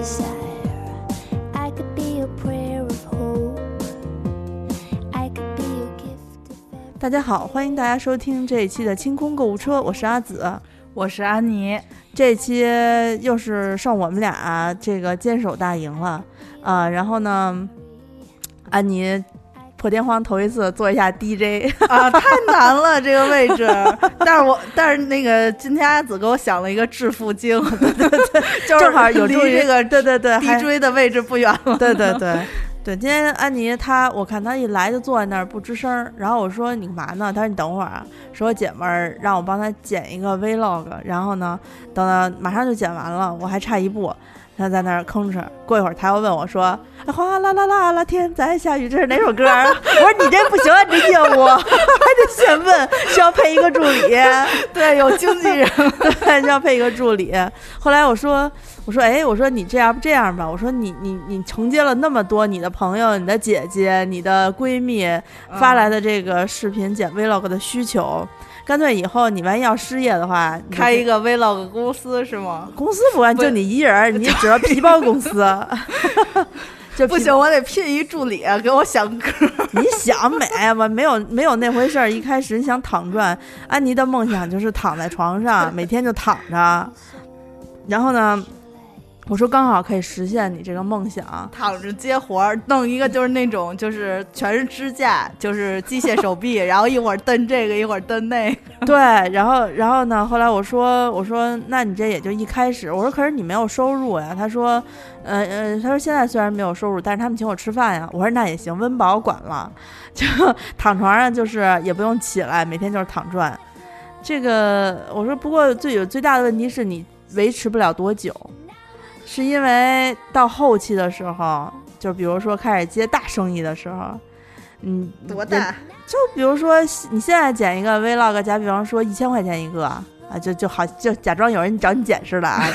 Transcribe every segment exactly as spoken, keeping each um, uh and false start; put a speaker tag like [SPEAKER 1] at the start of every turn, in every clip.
[SPEAKER 1] 大家好，欢迎大家收听这一期的清空购物车，我是阿紫，
[SPEAKER 2] 我是安妮。
[SPEAKER 1] 这一期又是剩我们俩这个坚守大营了啊、呃！然后呢，安妮破天荒头一次做一下 D J
[SPEAKER 2] 啊，太难了这个位置。但是我但是那个今天阿紫给我想了一个致富经，对对对，就是
[SPEAKER 1] 正好有助于
[SPEAKER 2] 这个
[SPEAKER 1] 对对对
[SPEAKER 2] D J 的位置不远了。
[SPEAKER 1] 对对对。对，今天安妮她，我看她一来就坐在那儿不吱声，然后我说你干嘛呢？她说你等会儿啊，说我姐们儿让我帮她剪一个 vlog， 然后呢，等到马上就剪完了，我还差一步，她在那儿吭哧。过一会儿她又问我说：“哎，哗啦啦啦啦，天在下雨，这是哪首歌？”我说你这不行啊，这业务还得先问，需要配一个助理。
[SPEAKER 2] 对，有经纪人，
[SPEAKER 1] 对，需要配一个助理。后来我说。我说哎，我说你这样不这样吧，我说你你你承接了那么多你的朋友、你的姐姐、你的闺蜜发来的这个视频剪 vlog 的需求，嗯、干脆以后你万一要失业的话，
[SPEAKER 2] 开一个 vlog 公司是吗？
[SPEAKER 1] 公司不完，就你一人，你只要皮包公司。
[SPEAKER 2] 就不行，我得聘一助理给我想歌。
[SPEAKER 1] 你想美吧？没有没有那回事儿。一开始你想躺赚，安妮的梦想就是躺在床上，每天就躺着，然后呢？我说刚好可以实现你这个梦想，
[SPEAKER 2] 躺着接活，弄一个就是那种就是全是支架，就是机械手臂，然后一会儿蹬这个，一会儿蹬那个。
[SPEAKER 1] 对，然后然后呢，后来我说我说那你这也就一开始，我说可是你没有收入呀。他说，呃呃，他说现在虽然没有收入，但是他们请我吃饭呀。我说那也行，温饱管了，就躺床上就是也不用起来，每天就是躺赚。这个我说不过最有最大的问题是你维持不了多久。是因为到后期的时候，就比如说开始接大生意的时候，嗯，
[SPEAKER 2] 多大？
[SPEAKER 1] 就比如说你现在剪一个 vlog， 假比方说一千块钱一个啊，就就好，就假装有人找你剪似的啊。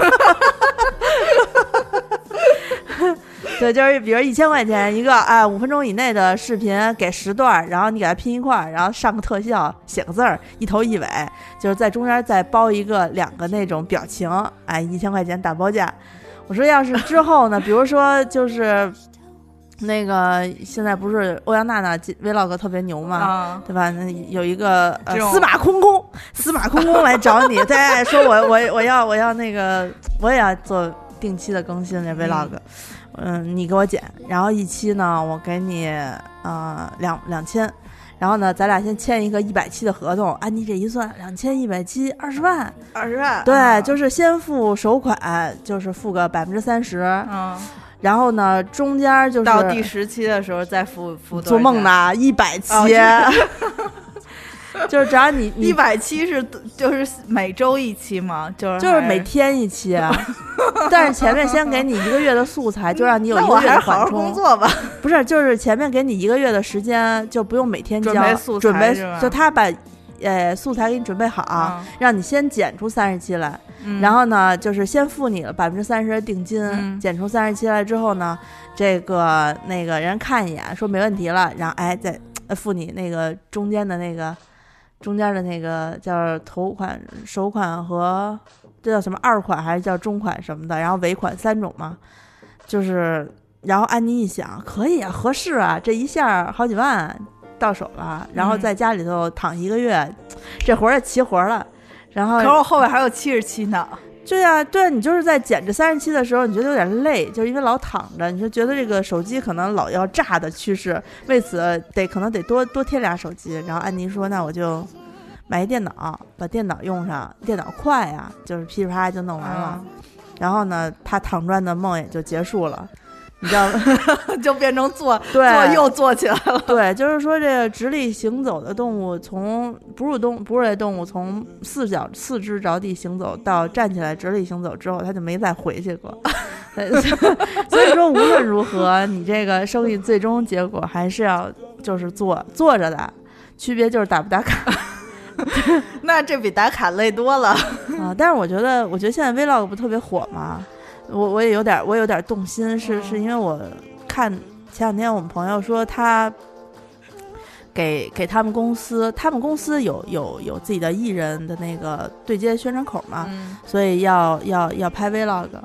[SPEAKER 1] 对，就是比如一千块钱一个，哎，五分钟以内的视频给十段，然后你给它拼一块，然后上个特效，写个字儿，一头一尾，就是在中间再包一个两个那种表情，哎，一千块钱打包价。我说要是之后呢，比如说就是那个现在不是欧阳娜娜 vlog 特别牛嘛，
[SPEAKER 2] 啊、
[SPEAKER 1] 对吧？那有一个呃司马空空，司马空空来找你，对，说我我我要我要那个我也要做定期的更新这 vlog。嗯嗯，你给我剪，然后一期呢，我给你呃两两千，然后呢，咱俩先签一个一百期的合同。安妮这一算，两千一百期，二十万，
[SPEAKER 2] 二十万，
[SPEAKER 1] 对、
[SPEAKER 2] 啊，
[SPEAKER 1] 就是先付首款，就是付个百分之三十，
[SPEAKER 2] 嗯，
[SPEAKER 1] 然后呢，中间就是
[SPEAKER 2] 到第十期的时候再付付多少钱。
[SPEAKER 1] 做梦呢，一百期。
[SPEAKER 2] 哦
[SPEAKER 1] 就是只要你
[SPEAKER 2] 一百期是就是每周一期吗？就是
[SPEAKER 1] 就是每天一期啊，但是前面先给你一个月的素材，就让你有一个月的缓冲。那我还是
[SPEAKER 2] 好好工作吧。
[SPEAKER 1] 不是，就是前面给你一个月的时间，就不用每天交
[SPEAKER 2] 准备素材，
[SPEAKER 1] 准备就他把呃素材给你准备好，
[SPEAKER 2] 嗯、
[SPEAKER 1] 让你先剪出三十期来，嗯、然后呢，就是先付你了百分之三十的定金，
[SPEAKER 2] 嗯、
[SPEAKER 1] 剪出三十期来之后呢，这个那个人看一眼说没问题了，然后哎再付你那个中间的那个。中间的那个叫头款、首款和这叫什么二款还是叫中款什么的，然后尾款三种嘛，就是然后安妮一想可以啊，合适啊，这一下好几万到手了，然后在家里头躺一个月，嗯、这活儿也齐活了。然后
[SPEAKER 2] 可是我后边还有七十期呢。
[SPEAKER 1] 对呀、啊，对，你就是在剪这三十期的时候，你觉得有点累，就是因为老躺着，你就觉得这个手机可能老要炸的趋势，为此得可能得多多添俩手机。然后安妮说：“那我就买一电脑，把电脑用上，电脑快呀、啊，就是噼里啪啦就弄完了。嗯”然后呢，他躺赚的梦也就结束了。你知道吗？
[SPEAKER 2] 就变成坐坐又坐起来了。
[SPEAKER 1] 对，就是说这个直立行走的动物，从哺乳动哺乳类动物从四脚四肢着地行走到站起来直立行走之后，它就没再回去过。所以说无论如何，你这个生意最终结果还是要就是坐坐着的，区别就是打不打卡。
[SPEAKER 2] 那这比打卡累多了
[SPEAKER 1] 啊！但是我觉得，我觉得现在 vlog 不特别火嘛。我我也有点我有点动心，是是因为我看前两天我们朋友说他给给他们公司，他们公司有有有自己的艺人的那个对接宣传口嘛，嗯、所以要要要拍 vlog，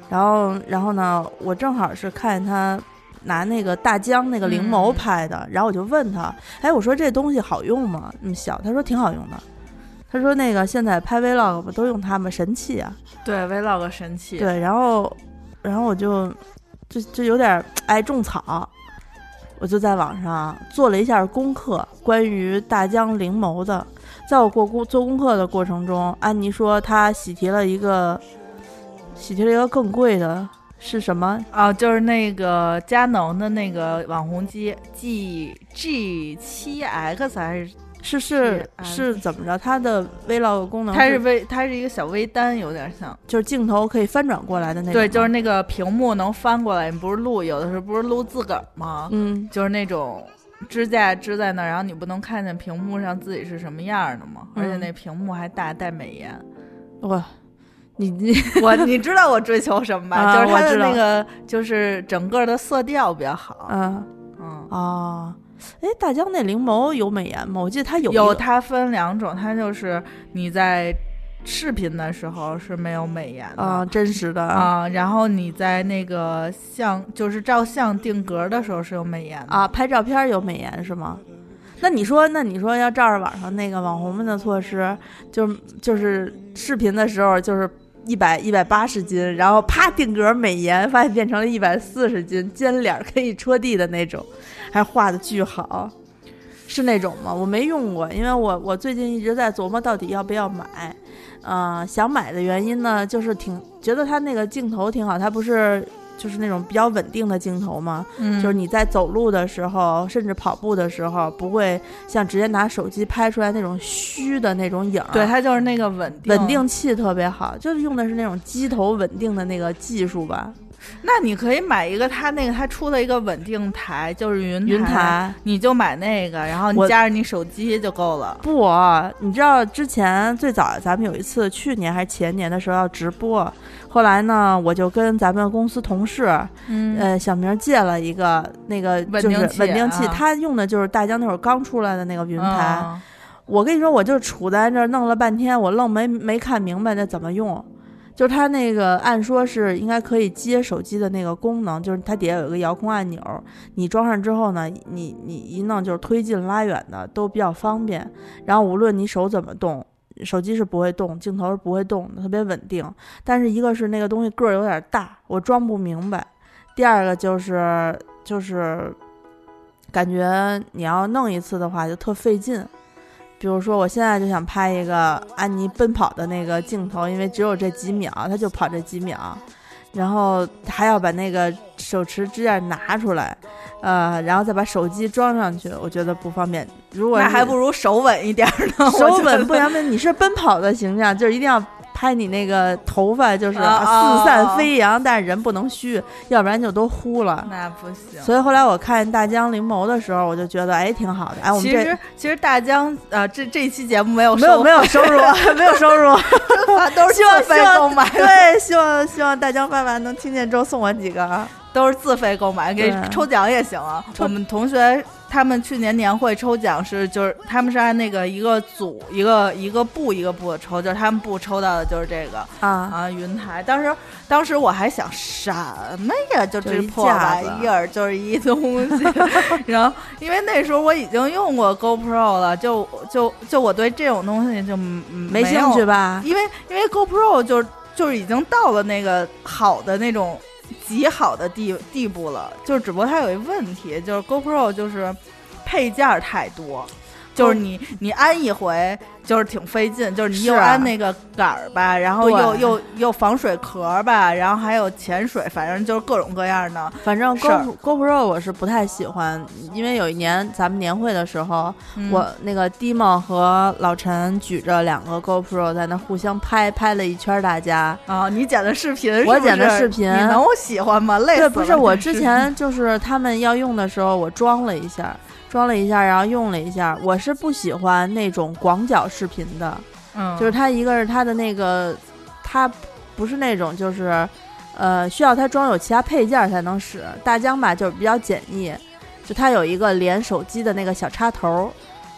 [SPEAKER 1] 然后然后呢，我正好是看见他拿那个大疆那个灵眸拍的，嗯、然后我就问他，哎，我说这东西好用吗？那么小，他说挺好用的。他说那个现在拍 vlog 不都用他们神器啊？
[SPEAKER 2] 对 vlog 神器。
[SPEAKER 1] 对，然后然后我就就就有点哎种草，我就在网上做了一下功课，关于大疆灵眸的。在我过做功课的过程中，安妮说她喜提了一个喜提了一个更贵的。是什么
[SPEAKER 2] 啊？就是那个佳能的那个网红机 G G 七 X 还是
[SPEAKER 1] 是是是怎么着？它的 vlog 功能
[SPEAKER 2] 它是微它是一个小微单，有点像，
[SPEAKER 1] 就是镜头可以翻转过来的那种。
[SPEAKER 2] 对，就是那个屏幕能翻过来。你不是录有的时候不是录自个儿吗？
[SPEAKER 1] 嗯，
[SPEAKER 2] 就是那种支架支在那儿，然后你不能看见屏幕上自己是什么样的吗？
[SPEAKER 1] 嗯、
[SPEAKER 2] 而且那屏幕还大带美颜。
[SPEAKER 1] 哇！你你
[SPEAKER 2] 我你知道我追求什么吧？
[SPEAKER 1] 啊、
[SPEAKER 2] 就是它的那个，就是整个的色调比较好。
[SPEAKER 1] 嗯
[SPEAKER 2] 嗯
[SPEAKER 1] 啊，哎，大疆那灵眸有美颜吗？我记得它有
[SPEAKER 2] 有，它分两种，它就是你在视频的时候是没有美颜的
[SPEAKER 1] 啊，真实的
[SPEAKER 2] 啊，然后你在那个相就是照相定格的时候是有美颜的
[SPEAKER 1] 啊，拍照片有美颜是吗？那你说，那你说要照着网上那个网红们的措施，就是就是视频的时候就是一百一百八十斤，然后啪定格美颜，发现变成了一百四十斤，尖脸可以戳地的那种，还画的巨好，是那种吗？我没用过，因为我我最近一直在琢磨到底要不要买。嗯、呃，想买的原因呢，就是挺觉得它那个镜头挺好，它不是。就是那种比较稳定的镜头嘛、
[SPEAKER 2] 嗯、
[SPEAKER 1] 就是你在走路的时候甚至跑步的时候不会像直接拿手机拍出来那种虚的那种影。
[SPEAKER 2] 对，它就是那个稳定
[SPEAKER 1] 稳定器特别好，就是用的是那种机头稳定的那个技术吧。
[SPEAKER 2] 那你可以买一个它那个它出的一个稳定台，就是云台，
[SPEAKER 1] 云台
[SPEAKER 2] 你就买那个，然后你加上你手机就够了。
[SPEAKER 1] 不，你知道之前最早咱们有一次去年还是前年的时候要直播，后来呢我就跟咱们公司同事
[SPEAKER 2] 嗯
[SPEAKER 1] 呃小明借了一个那个就是稳定器、
[SPEAKER 2] 啊、
[SPEAKER 1] 他用的就是大疆那会儿刚出来的那个云台、
[SPEAKER 2] 嗯、
[SPEAKER 1] 我跟你说我就杵在这儿弄了半天，我愣没没看明白那怎么用。就是它那个按说是应该可以接手机的那个功能，就是它底下有一个遥控按钮，你装上之后呢，你你一弄就是推进拉远的都比较方便，然后无论你手怎么动，手机是不会动，镜头是不会动的，特别稳定。但是一个是那个东西个儿有点大，我装不明白，第二个就是就是感觉你要弄一次的话就特费劲。比如说我现在就想拍一个安妮奔跑的那个镜头，因为只有这几秒，她就跑这几秒，然后还要把那个手持支架拿出来，呃，然后再把手机装上去，我觉得不方便。如果
[SPEAKER 2] 那还不如手稳一点呢。
[SPEAKER 1] 手稳不方便，你是奔跑的形象，就是一定要拍你那个头发就是四散飞扬，哦、但是人不能虚，要不然就都糊了。
[SPEAKER 2] 那不行。
[SPEAKER 1] 所以后来我看大疆灵眸的时候，我就觉得哎挺好的。哎，我们
[SPEAKER 2] 其实其实大疆呃这这期节目没有
[SPEAKER 1] 没有没有收入，没有收入，
[SPEAKER 2] 都是自费购买。
[SPEAKER 1] 对，希望希望大疆爸爸能听见之后送我几个。
[SPEAKER 2] 都是自费购买，给抽奖也行啊。我们同学他们去年年会抽奖是，就是他们是按那个一个组一个一个部一个部的抽，就是他们部抽到的就是这个
[SPEAKER 1] 啊
[SPEAKER 2] 啊云台。当时当时我还想什么呀，就这破玩意儿，就是一东西。然后因为那时候我已经用过 GoPro 了，就就就我对这种东西就没
[SPEAKER 1] 兴趣吧，
[SPEAKER 2] 因为因为 GoPro 就就是已经到了那个好的那种。极好的地地步了，就是只不过它有一问题，就是 GoPro 就是配件太多，就是你你安一回就是挺费劲，就是你又安那个杆儿吧，然后又又又防水壳吧，然后还有潜水，反正就是各种各样的。
[SPEAKER 1] 反正 Go GoPro 我是不太喜欢，因为有一年咱们年会的时候，嗯、我那个 Dimo 和老陈举着两个 GoPro 在那互相拍，拍了一圈大家。
[SPEAKER 2] 啊、哦，你剪的视频是不是？
[SPEAKER 1] 我剪的视频，
[SPEAKER 2] 你能喜欢吗？累死了。
[SPEAKER 1] 对，不是我之前就是他们要用的时候，我装了一下。装了一下，然后用了一下。我是不喜欢那种广角视频的，
[SPEAKER 2] 嗯，
[SPEAKER 1] 就是它一个是它的那个，它不是那种就是，呃，需要它装有其他配件才能使。大疆吧就是比较简易，就它有一个连手机的那个小插头，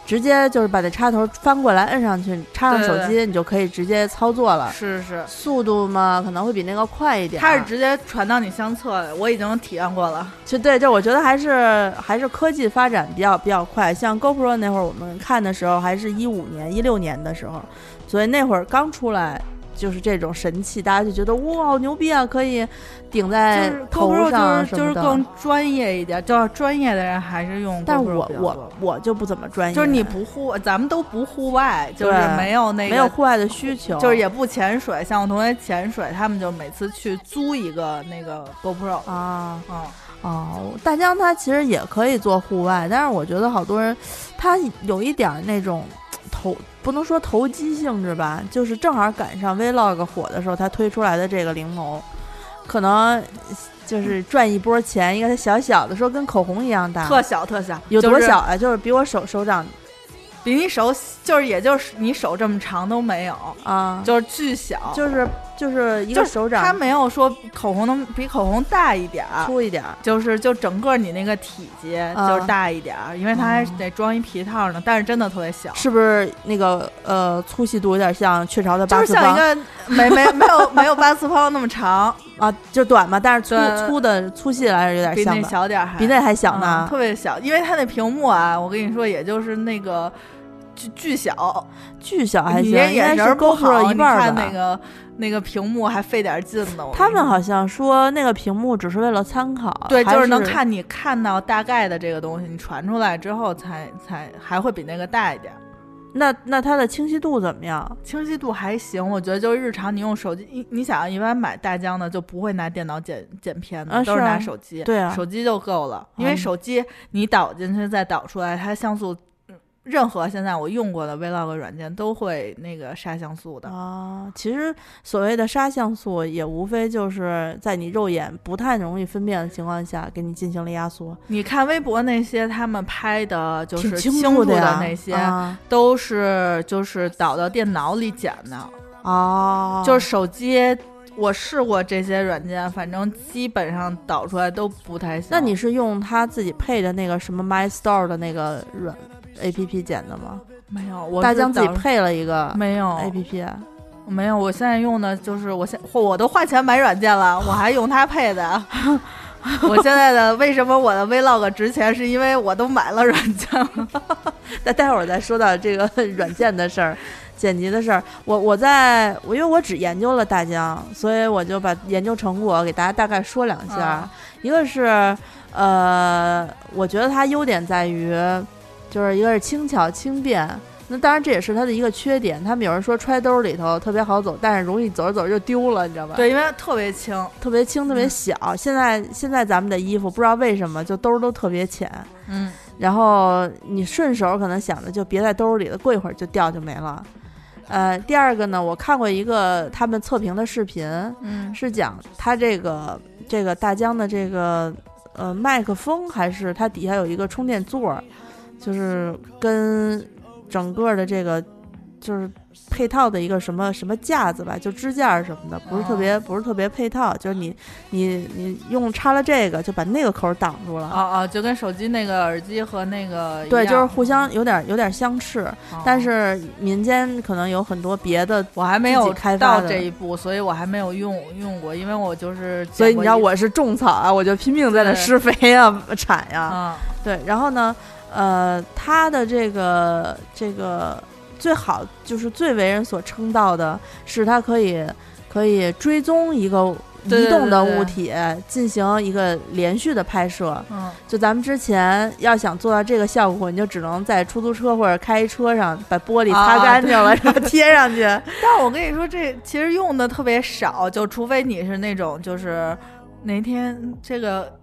[SPEAKER 1] 直接就是把这插头翻过来摁上去，插上手机，
[SPEAKER 2] 对对对
[SPEAKER 1] 你就可以直接操作了。
[SPEAKER 2] 是是，
[SPEAKER 1] 速度嘛可能会比那个快一点。
[SPEAKER 2] 它是直接传到你相册的，我已经体验过了。
[SPEAKER 1] 就对，就我觉得还是还是科技发展比较比较快。像 GoPro 那会儿我们看的时候，还是一五年、一六年的时候，所以那会儿刚出来。就是这种神器，大家就觉得哇，好牛逼啊，可以顶在头上什么的。
[SPEAKER 2] 就是就是更专业一点，就是专业的人还是用 GoPro。
[SPEAKER 1] 但是我我我就不怎么专业，
[SPEAKER 2] 就是你不户，咱们都不户外，就是没有那个
[SPEAKER 1] 没有户外的需求，
[SPEAKER 2] 就是也不潜水。像我同学潜水，他们就每次去租一个那个 GoPro
[SPEAKER 1] 啊，
[SPEAKER 2] 嗯。
[SPEAKER 1] 哦，大疆它其实也可以做户外，但是我觉得好多人，他有一点那种投。不能说投机性质吧，就是正好赶上 Vlog 火的时候，他推出来的这个灵眸，可能就是赚一波钱。一个它小小的，说跟口红一样大，
[SPEAKER 2] 特小特小，
[SPEAKER 1] 有多小啊？就是、就是比我手手掌，
[SPEAKER 2] 比你手就是也就是你手这么长都没有
[SPEAKER 1] 啊，
[SPEAKER 2] 就是巨小，
[SPEAKER 1] 就是就是一个手掌。
[SPEAKER 2] 它没有说口红能比口红大一点
[SPEAKER 1] 粗一点，
[SPEAKER 2] 就是就整个你那个体积就是大一点，啊、因为它还得装一皮套呢。嗯、但是真的特别小，
[SPEAKER 1] 是不是那个呃粗细度有点像雀巢的八
[SPEAKER 2] 四方？就是像一个没没没有没有八次方那么长
[SPEAKER 1] 啊，就短嘛，但是粗粗的粗细来是有点像，
[SPEAKER 2] 比那小点还
[SPEAKER 1] 比那还小呢、
[SPEAKER 2] 嗯，特别小。因为它那屏幕啊，我跟你说，也就是那个。巨巨小，
[SPEAKER 1] 巨小还行，
[SPEAKER 2] 你这眼神不好，
[SPEAKER 1] 一半
[SPEAKER 2] 你看那个那个屏幕还费点劲呢。
[SPEAKER 1] 他们好像说那个屏幕只是为了参考，
[SPEAKER 2] 对，
[SPEAKER 1] 是
[SPEAKER 2] 就是能看你看到大概的这个东西，你传出来之后才才还会比那个大一点。
[SPEAKER 1] 那那它的清晰度怎么样？
[SPEAKER 2] 清晰度还行，我觉得就日常你用手机，你你想一般买大疆的就不会拿电脑剪剪片的，
[SPEAKER 1] 啊、
[SPEAKER 2] 都是拿手机，
[SPEAKER 1] 对啊，
[SPEAKER 2] 手机就够了，因为手机你导进去再导出来，它像素。任何现在我用过的 Vlog 软件都会那个杀像素的
[SPEAKER 1] 啊。其实所谓的杀像素也无非就是在你肉眼不太容易分辨的情况下给你进行了压缩。
[SPEAKER 2] 你看微博那些他们拍的就是
[SPEAKER 1] 清
[SPEAKER 2] 楚
[SPEAKER 1] 的
[SPEAKER 2] 那些、
[SPEAKER 1] 啊、
[SPEAKER 2] 都是就是导到电脑里剪的
[SPEAKER 1] 哦，
[SPEAKER 2] 就是手机我试过这些软件，反正基本上导出来都不太行。
[SPEAKER 1] 那你是用他自己配的那个什么 My Store 的那个软A P P 剪的吗？
[SPEAKER 2] 没有，我
[SPEAKER 1] 大疆自己配了一个
[SPEAKER 2] 没有
[SPEAKER 1] A P P，
[SPEAKER 2] 没有。我现在用的就是我现我都花钱买软件了，我还用它配的。我现在的为什么我的 Vlog 值钱，是因为我都买了软件了。
[SPEAKER 1] 那待会儿再说到这个软件的事儿。剪辑的事儿，我我在我因为我只研究了大疆，所以我就把研究成果给大家大概说两下。嗯、一个是呃，我觉得它优点在于，就是一个是轻巧轻便，那当然这也是它的一个缺点。他们有人说揣兜里头特别好走，但是容易走着走着就丢了，你知道吧？
[SPEAKER 2] 对，因为它特别轻，
[SPEAKER 1] 特别轻，特别小。嗯、现在现在咱们的衣服不知道为什么就兜都特别浅，
[SPEAKER 2] 嗯，
[SPEAKER 1] 然后你顺手可能想着就别在兜里了，过一会儿就掉就没了。呃，第二个呢，我看过一个他们测评的视频，
[SPEAKER 2] 嗯，
[SPEAKER 1] 是讲它这个这个大疆的这个呃麦克风，还是它底下有一个充电座，就是跟整个的这个就是配套的一个什么什么架子吧，就支架什么的，不是特别、哦、不是特别配套，就是你你你用插了这个就把那个口挡住了。
[SPEAKER 2] 哦哦，就跟手机那个耳机和那个
[SPEAKER 1] 对，就是互相有点有点相斥、
[SPEAKER 2] 哦，
[SPEAKER 1] 但是民间可能有很多别的，
[SPEAKER 2] 我还没有
[SPEAKER 1] 开发
[SPEAKER 2] 到这一步，所以我还没有用用过，因为我就是
[SPEAKER 1] 所以你知道我是种草啊，我就拼命在那施肥呀、产呀，
[SPEAKER 2] 嗯，
[SPEAKER 1] 对，然后呢，呃，它的这个这个。最好就是最为人所称道的是它可以可以追踪一个移动的物体，
[SPEAKER 2] 对对对对
[SPEAKER 1] 进行一个连续的拍摄。
[SPEAKER 2] 嗯，
[SPEAKER 1] 就咱们之前要想做到这个效果，你就只能在出租车或者开车上把玻璃擦干净了，
[SPEAKER 2] 啊、
[SPEAKER 1] 然后贴上去。
[SPEAKER 2] 但是我跟你说，这其实用的特别少，就除非你是那种就是哪天这个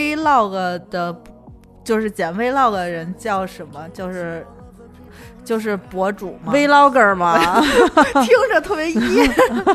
[SPEAKER 2] Vlog 的，就是剪 Vlog 的人叫什么，就是。就是博主嘛
[SPEAKER 1] ，Vlogger 嘛，
[SPEAKER 2] 听着特别噎。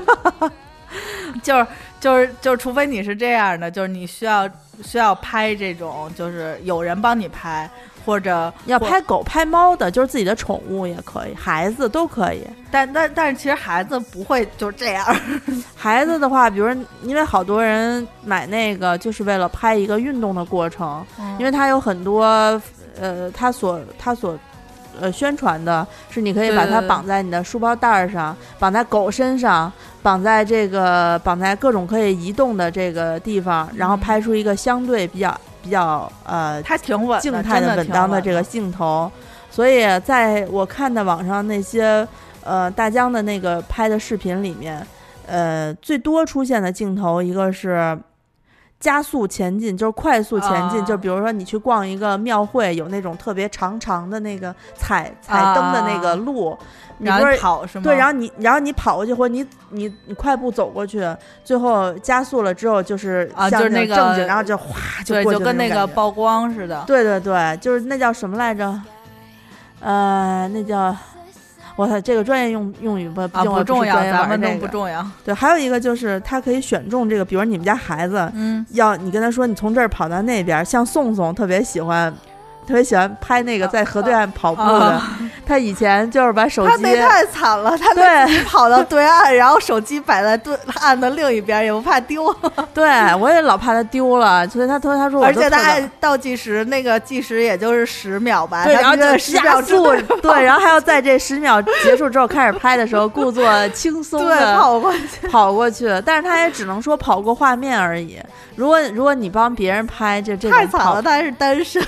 [SPEAKER 2] 就是就是就是，除非你是这样的，就是你需要需要拍这种，就是有人帮你拍，或者
[SPEAKER 1] 要拍狗拍猫的，就是自己的宠物也可以，孩子都可以。
[SPEAKER 2] 但但但是其实孩子不会就这样。
[SPEAKER 1] 孩子的话，比如因为好多人买那个就是为了拍一个运动的过程，
[SPEAKER 2] 嗯、
[SPEAKER 1] 因为它有很多呃，他所他所。 呃宣传的是你可以把它绑在你的书包带上，绑在狗身上，绑在这个绑在各种可以移动的这个地方，然后拍出一个相对比较比较呃
[SPEAKER 2] 它挺稳
[SPEAKER 1] 静态的稳当的这个镜头。所以在我看的网上那些呃大疆的那个拍的视频里面，呃最多出现的镜头一个是加速前进，就是快速前进、啊、就比如说你去逛一个庙会，有那种特别长长的那个彩彩灯的那个路、啊、你
[SPEAKER 2] 然后跑是吗？
[SPEAKER 1] 对，然后你然后你跑过去，或者你你你快步走过去，最后加速了之后就是
[SPEAKER 2] 啊，就是那个
[SPEAKER 1] 正经，然后就哗就过去，
[SPEAKER 2] 对，就跟那个曝光似的。
[SPEAKER 1] 对对对，就是那叫什么来着？呃，那叫。我操，这个专业用用语不、
[SPEAKER 2] 啊、不重要，咱们都不重要。
[SPEAKER 1] 对，还有一个就是它可以选中这个，比如你们家孩子，
[SPEAKER 2] 嗯，
[SPEAKER 1] 要你跟他说你从这儿跑到那边，像宋宋特别喜欢。特别喜欢拍那个在河对岸跑步的、啊啊、他以前就是把手机，
[SPEAKER 2] 他那太惨了，他对跑到对岸，然后手机摆在对岸的另一边，也不怕丢。
[SPEAKER 1] 对，我也老怕他丢了，所以他他他说我，
[SPEAKER 2] 而且他按倒计时，那个计时也就是十秒吧，
[SPEAKER 1] 对，然后就加速，对，然后还要在这十秒结束之后开始拍的时候，故作轻松的
[SPEAKER 2] 跑过去，
[SPEAKER 1] 跑过去，但是他也只能说跑过画面而已。如果如果你帮别人拍，这这
[SPEAKER 2] 太惨了，他还是单身。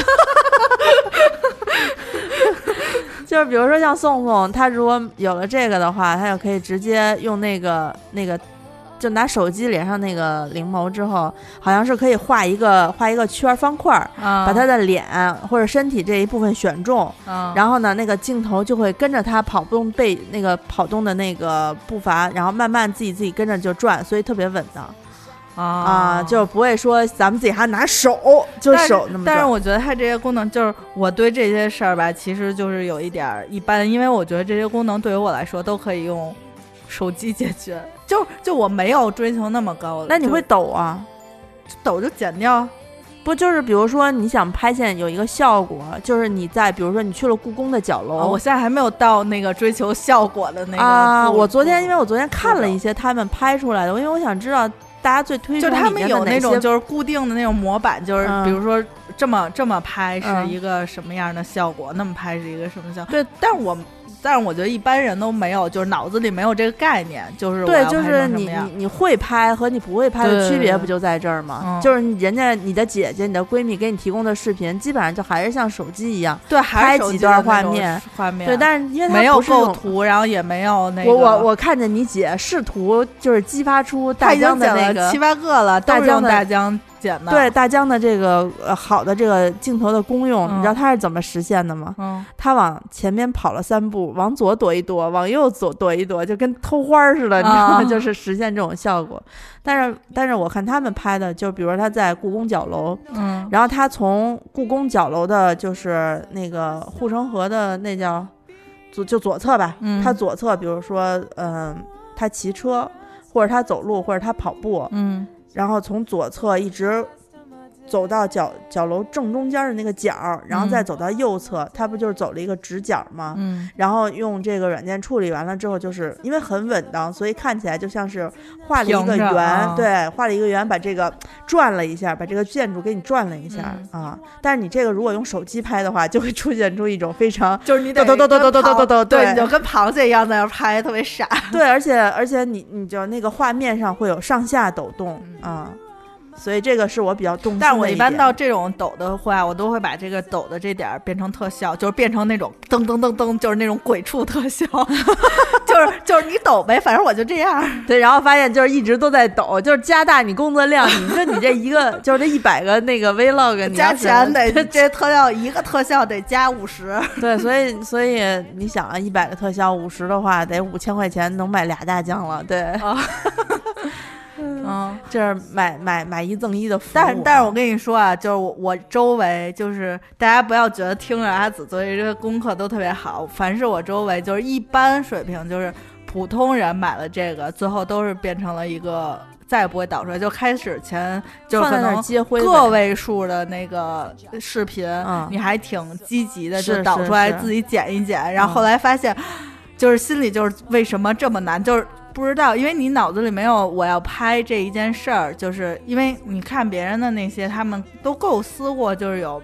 [SPEAKER 1] 就是比如说像宋宋，他如果有了这个的话，他就可以直接用那个那个，就拿手机连上那个灵眸之后，好像是可以画一个画一个圈方块、嗯，把他的脸或者身体这一部分选中，
[SPEAKER 2] 嗯、
[SPEAKER 1] 然后呢，那个镜头就会跟着他跑动背那个跑动的那个步伐，然后慢慢自己自己跟着就转，所以特别稳当。
[SPEAKER 2] 啊,
[SPEAKER 1] 啊，就不会说咱们自己还拿手就手那么。
[SPEAKER 2] 但是我觉得它这些功能，就是我对这些事儿吧，其实就是有一点一般，因为我觉得这些功能对于我来说都可以用手机解决，就就我没有追求那么高的。
[SPEAKER 1] 那你会抖啊？
[SPEAKER 2] 抖就剪掉。
[SPEAKER 1] 不就是比如说你想拍现有一个效果，就是你在比如说你去了故宫的角楼、
[SPEAKER 2] 哦、我现在还没有到那个追求效果的那个
[SPEAKER 1] 啊。我昨天因为我昨天看了一些他们拍出来的，因为我想知道大家最推崇
[SPEAKER 2] 就是他们有那种就是固定的那种模板，就是比如说这么、嗯、这么拍是一个什么样的效果、嗯、那么拍是一个什么效果。对，但是我但是我觉得一般人都没有，就是脑子里没有这个概念，就是
[SPEAKER 1] 对，就是你你你会拍和你不会拍的区别不就在这儿吗？
[SPEAKER 2] 嗯、
[SPEAKER 1] 就是人家你的姐姐、你的闺蜜给你提供的视频，基本上就还是像手机一样，
[SPEAKER 2] 对，
[SPEAKER 1] 拍几段画面，
[SPEAKER 2] 画面
[SPEAKER 1] 对，但是因为它
[SPEAKER 2] 没有构图，然后也没有那个。
[SPEAKER 1] 我我我看见你姐试图就是激发出大疆的那个
[SPEAKER 2] 七八个了，都是用大疆剪的。
[SPEAKER 1] 对，大疆的这个呃好的这个镜头的功用、嗯，你知道它是怎么实现的吗？
[SPEAKER 2] 嗯，
[SPEAKER 1] 他往前面跑了三步，往左躲一躲，往右左躲一躲，就跟偷花似的，你知道吗？
[SPEAKER 2] 啊、
[SPEAKER 1] 就是实现这种效果。但是但是我看他们拍的，就比如他在故宫角楼，
[SPEAKER 2] 嗯，
[SPEAKER 1] 然后他从故宫角楼的就是那个护城河的那叫左就左侧吧，
[SPEAKER 2] 嗯，
[SPEAKER 1] 他左侧比如说嗯、呃、他骑车或者他走路或者他跑步，
[SPEAKER 2] 嗯，
[SPEAKER 1] 然后从左侧一直走到角角楼正中间的那个角，然后再走到右侧，嗯、他不就是走了一个直角吗？
[SPEAKER 2] 嗯，
[SPEAKER 1] 然后用这个软件处理完了之后，就是因为很稳当，所以看起来就像是画了一个圆，
[SPEAKER 2] 啊、
[SPEAKER 1] 对，画了一个圆，把这个转了一下，把这个建筑给你转了一下、
[SPEAKER 2] 嗯、
[SPEAKER 1] 啊。但是你这个如果用手机拍的话，就会出现出一种非常
[SPEAKER 2] 就是你得
[SPEAKER 1] 抖抖抖抖抖抖抖抖，
[SPEAKER 2] 对，你就跟螃蟹一样在那拍，特别傻。
[SPEAKER 1] 对，而且而且你你就那个画面上会有上下抖动、
[SPEAKER 2] 嗯、
[SPEAKER 1] 啊。所以这个是我比较重视的一点。
[SPEAKER 2] 但是我一般到这种抖的话，我都会把这个抖的这点变成特效，就是变成那种噔噔噔噔，就是那种鬼畜特效，就是就是你抖呗，反正我就这样。
[SPEAKER 1] 对，然后发现就是一直都在抖，就是加大你工作量。你说你这一个就是这一百个那个 vlog， 你
[SPEAKER 2] 加钱得这特效一个特效得加五十。
[SPEAKER 1] 对，所以所以你想啊，一百个特效五十的话，得五千块钱能买俩大疆了。对。
[SPEAKER 2] 哦嗯，
[SPEAKER 1] 这是买买买一赠一的服务、啊。
[SPEAKER 2] 但是但是我跟你说啊，就是我我周围就是大家不要觉得听着阿紫做这些功课都特别好，凡是我周围就是一般水平，就是普通人买了这个，最后都是变成了一个再也不会导出来，就开始前就可能个位数的那个视频，
[SPEAKER 1] 嗯、
[SPEAKER 2] 你还挺积极的，就导出来自己剪一剪，然后后来发现，
[SPEAKER 1] 嗯、
[SPEAKER 2] 就是心里就是为什么这么难，就是。不知道，因为你脑子里没有我要拍这一件事儿，就是因为你看别人的那些，他们都构思过，就是有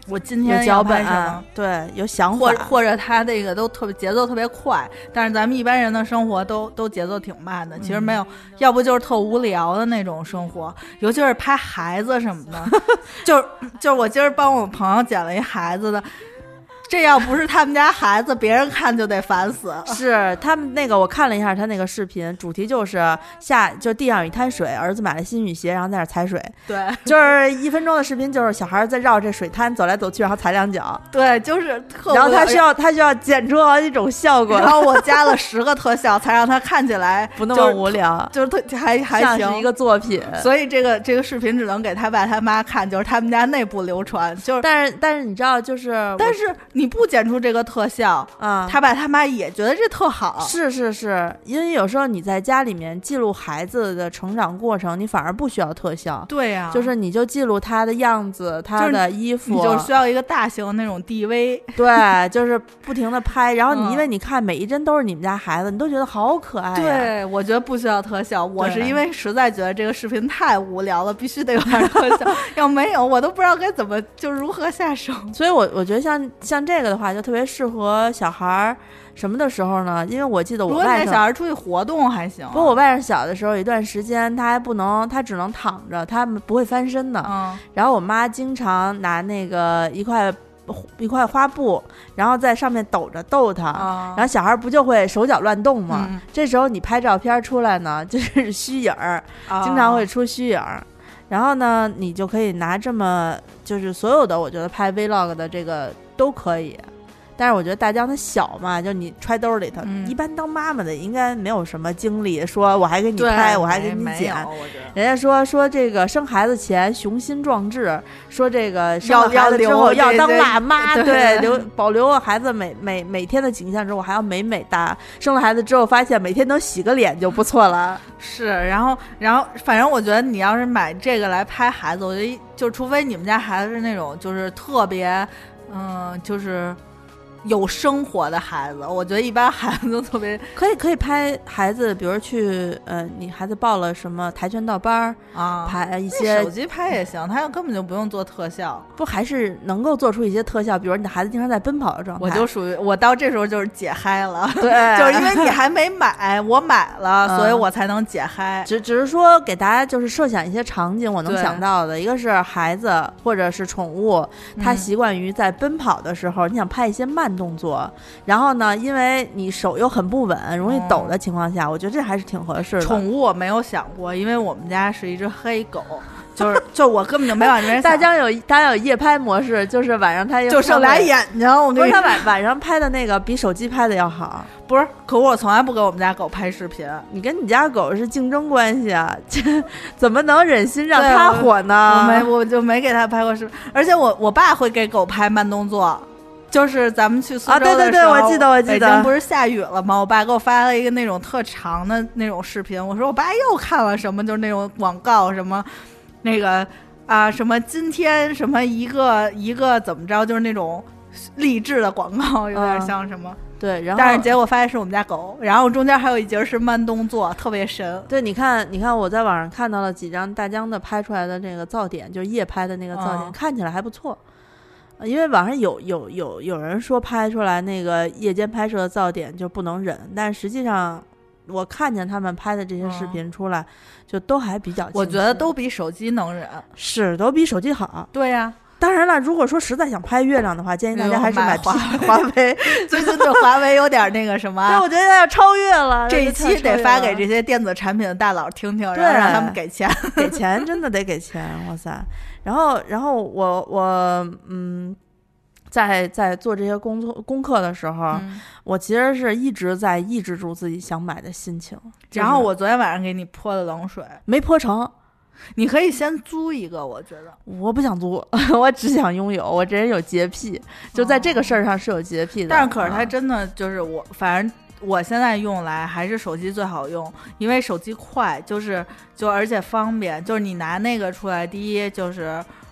[SPEAKER 2] 我今天
[SPEAKER 1] 有脚本
[SPEAKER 2] 什么，
[SPEAKER 1] 对，有想法，
[SPEAKER 2] 或或者他那个都特别节奏特别快，但是咱们一般人的生活都都节奏挺慢的，其实没有，嗯、要不就是特无聊的那种生活，尤其是拍孩子什么的，就是就是我今儿帮我朋友捡了一孩子的。这要不是他们家孩子，别人看就得烦死。
[SPEAKER 1] 是他们那个，我看了一下他那个视频，主题就是下就地上有一滩水，儿子买了新雨鞋，然后在那踩水。
[SPEAKER 2] 对，
[SPEAKER 1] 就是一分钟的视频，就是小孩在绕这水滩走来走去，然后踩两脚。
[SPEAKER 2] 对，就是特。
[SPEAKER 1] 然后他需要他需要剪出好几种效果，
[SPEAKER 2] 然后我加了十个特效，才让他看起来
[SPEAKER 1] 不那么无聊，
[SPEAKER 2] 就是特还还行，
[SPEAKER 1] 像是一个作品。
[SPEAKER 2] 所以这个这个视频只能给他爸他妈看，就是他们家内部流传。就是，
[SPEAKER 1] 但是但是你知道，就是
[SPEAKER 2] 但是你不剪出这个特效
[SPEAKER 1] 啊、嗯，
[SPEAKER 2] 他爸他妈也觉得这特好。
[SPEAKER 1] 是是是，因为有时候你在家里面记录孩子的成长过程，你反而不需要特效。
[SPEAKER 2] 对呀、啊，
[SPEAKER 1] 就是你就记录他的样子，他的衣服，
[SPEAKER 2] 你就需要一个大型的那种 D V。
[SPEAKER 1] 对，就是不停的拍，然后你、嗯、因为你看每一帧都是你们家孩子，你都觉得好可爱、啊。
[SPEAKER 2] 对，我觉得不需要特效，我是因为实在觉得这个视频太无聊了，必须得有点特效，要没有我都不知道该怎么就如何下手。
[SPEAKER 1] 所以我我觉得像像这个的话，就特别适合小孩什么的时候呢？因为我记得我外甥
[SPEAKER 2] 小孩出去活动还行、啊，
[SPEAKER 1] 不过我外甥小的时候有一段时间他还不能，他只能躺着，他不会翻身的。
[SPEAKER 2] 嗯，
[SPEAKER 1] 然后我妈经常拿那个一块一块花布，然后在上面抖着逗他、
[SPEAKER 2] 嗯，
[SPEAKER 1] 然后小孩不就会手脚乱动吗？
[SPEAKER 2] 嗯、
[SPEAKER 1] 这时候你拍照片出来呢，就是虚影儿、
[SPEAKER 2] 嗯，
[SPEAKER 1] 经常会出虚影儿。然后呢，你就可以拿这么就是所有的，我觉得拍 vlog 的这个都可以。但是我觉得大江他小嘛，就你揣兜里头、
[SPEAKER 2] 嗯，
[SPEAKER 1] 一般当妈妈的应该没有什么精力，说我还给你拍，我还给你剪。人家说说这个生孩子前雄心壮志，说这个生了孩子之后要当辣妈，
[SPEAKER 2] 对，
[SPEAKER 1] 对留保留孩子每每每天的景象之后，我还要美美哒。生了孩子之后发现每天能洗个脸就不错了。
[SPEAKER 2] 是，然后然后反正我觉得你要是买这个来拍孩子，我觉得就除非你们家孩子是那种就是特别嗯、呃、就是。有生活的孩子，我觉得一般孩子都特别
[SPEAKER 1] 可以可以拍孩子，比如去呃，你孩子报了什么跆拳道班
[SPEAKER 2] 啊，
[SPEAKER 1] 拍一些
[SPEAKER 2] 手机拍也行，他根本就不用做特效，
[SPEAKER 1] 不还是能够做出一些特效，比如你的孩子经常在奔跑的状态，
[SPEAKER 2] 我就属于我到这时候就是解嗨了，
[SPEAKER 1] 对，
[SPEAKER 2] 就是因为你还没买，我买了、嗯，所以我才能解嗨。
[SPEAKER 1] 只只是说给大家就是设想一些场景，我能想到的一个是孩子或者是宠物，他习惯于在奔跑的时候，嗯、你想拍一些慢动作，然后呢，因为你手又很不稳，容易抖的情况下，嗯、我觉得这还是挺合适的。
[SPEAKER 2] 宠物我没有想过，因为我们家是一只黑狗，就是就我根本就没往这边想。
[SPEAKER 1] 大江有大江有夜拍模式，就是晚上他
[SPEAKER 2] 就剩俩眼睛，我跟你说，
[SPEAKER 1] 不是他晚晚上拍的那个比手机拍的要好。
[SPEAKER 2] 不是，可我从来不给我们家狗拍视频。
[SPEAKER 1] 你跟你家狗是竞争关系啊，这怎么能忍心让它火呢？
[SPEAKER 2] 我没，我就没给它拍过视频。而且我我爸会给狗拍慢动作。就是咱们去苏州的时候、
[SPEAKER 1] 啊、对对对，我记得我记得，
[SPEAKER 2] 北京不是下雨了吗？我爸给我发了一个那种特长的那种视频，我说我爸又看了什么，就是那种广告什么，那个啊什么今天什么一个一个怎么着，就是那种励志的广告，有点像什么。嗯
[SPEAKER 1] 对，然后
[SPEAKER 2] 但是结果发现是我们家狗，然后中间还有一节是慢动作，特别神。
[SPEAKER 1] 对，你看，你看我在网上看到了几张大江的拍出来的那个噪点，就是夜拍的那个噪点，嗯、看起来还不错。因为网上有有有有人说拍出来那个夜间拍摄的噪点就不能忍，但实际上我看见他们拍的这些视频出来，嗯、就都还比较清晰，
[SPEAKER 2] 我觉得都比手机能忍，
[SPEAKER 1] 是都比手机好。
[SPEAKER 2] 对呀、啊。
[SPEAKER 1] 当然了，如果说实在想拍月亮的话，建议大家还是买
[SPEAKER 2] 华
[SPEAKER 1] 华为。
[SPEAKER 2] 最近对华为有点那个什么，
[SPEAKER 1] 对，我觉得要超越了。
[SPEAKER 2] 这一期得发给这些电子产品的大佬听听，然后让他们给钱，
[SPEAKER 1] 给钱真的得给钱，哇塞！然后，然后我我嗯，在在做这些工作功课的时候、嗯，我其实是一直在抑制住自己想买的心情。就是、
[SPEAKER 2] 然后我昨天晚上给你泼了冷水，
[SPEAKER 1] 没泼成。
[SPEAKER 2] 你可以先租一个，我觉得
[SPEAKER 1] 我不想租，我只想拥有。我这人有洁癖，就在这个事儿上是有洁癖的。
[SPEAKER 2] 但是可是它真的就是我，反正我现在用来还是手机最好用，因为手机快，就是就而且方便，就是你拿那个出来，第一就是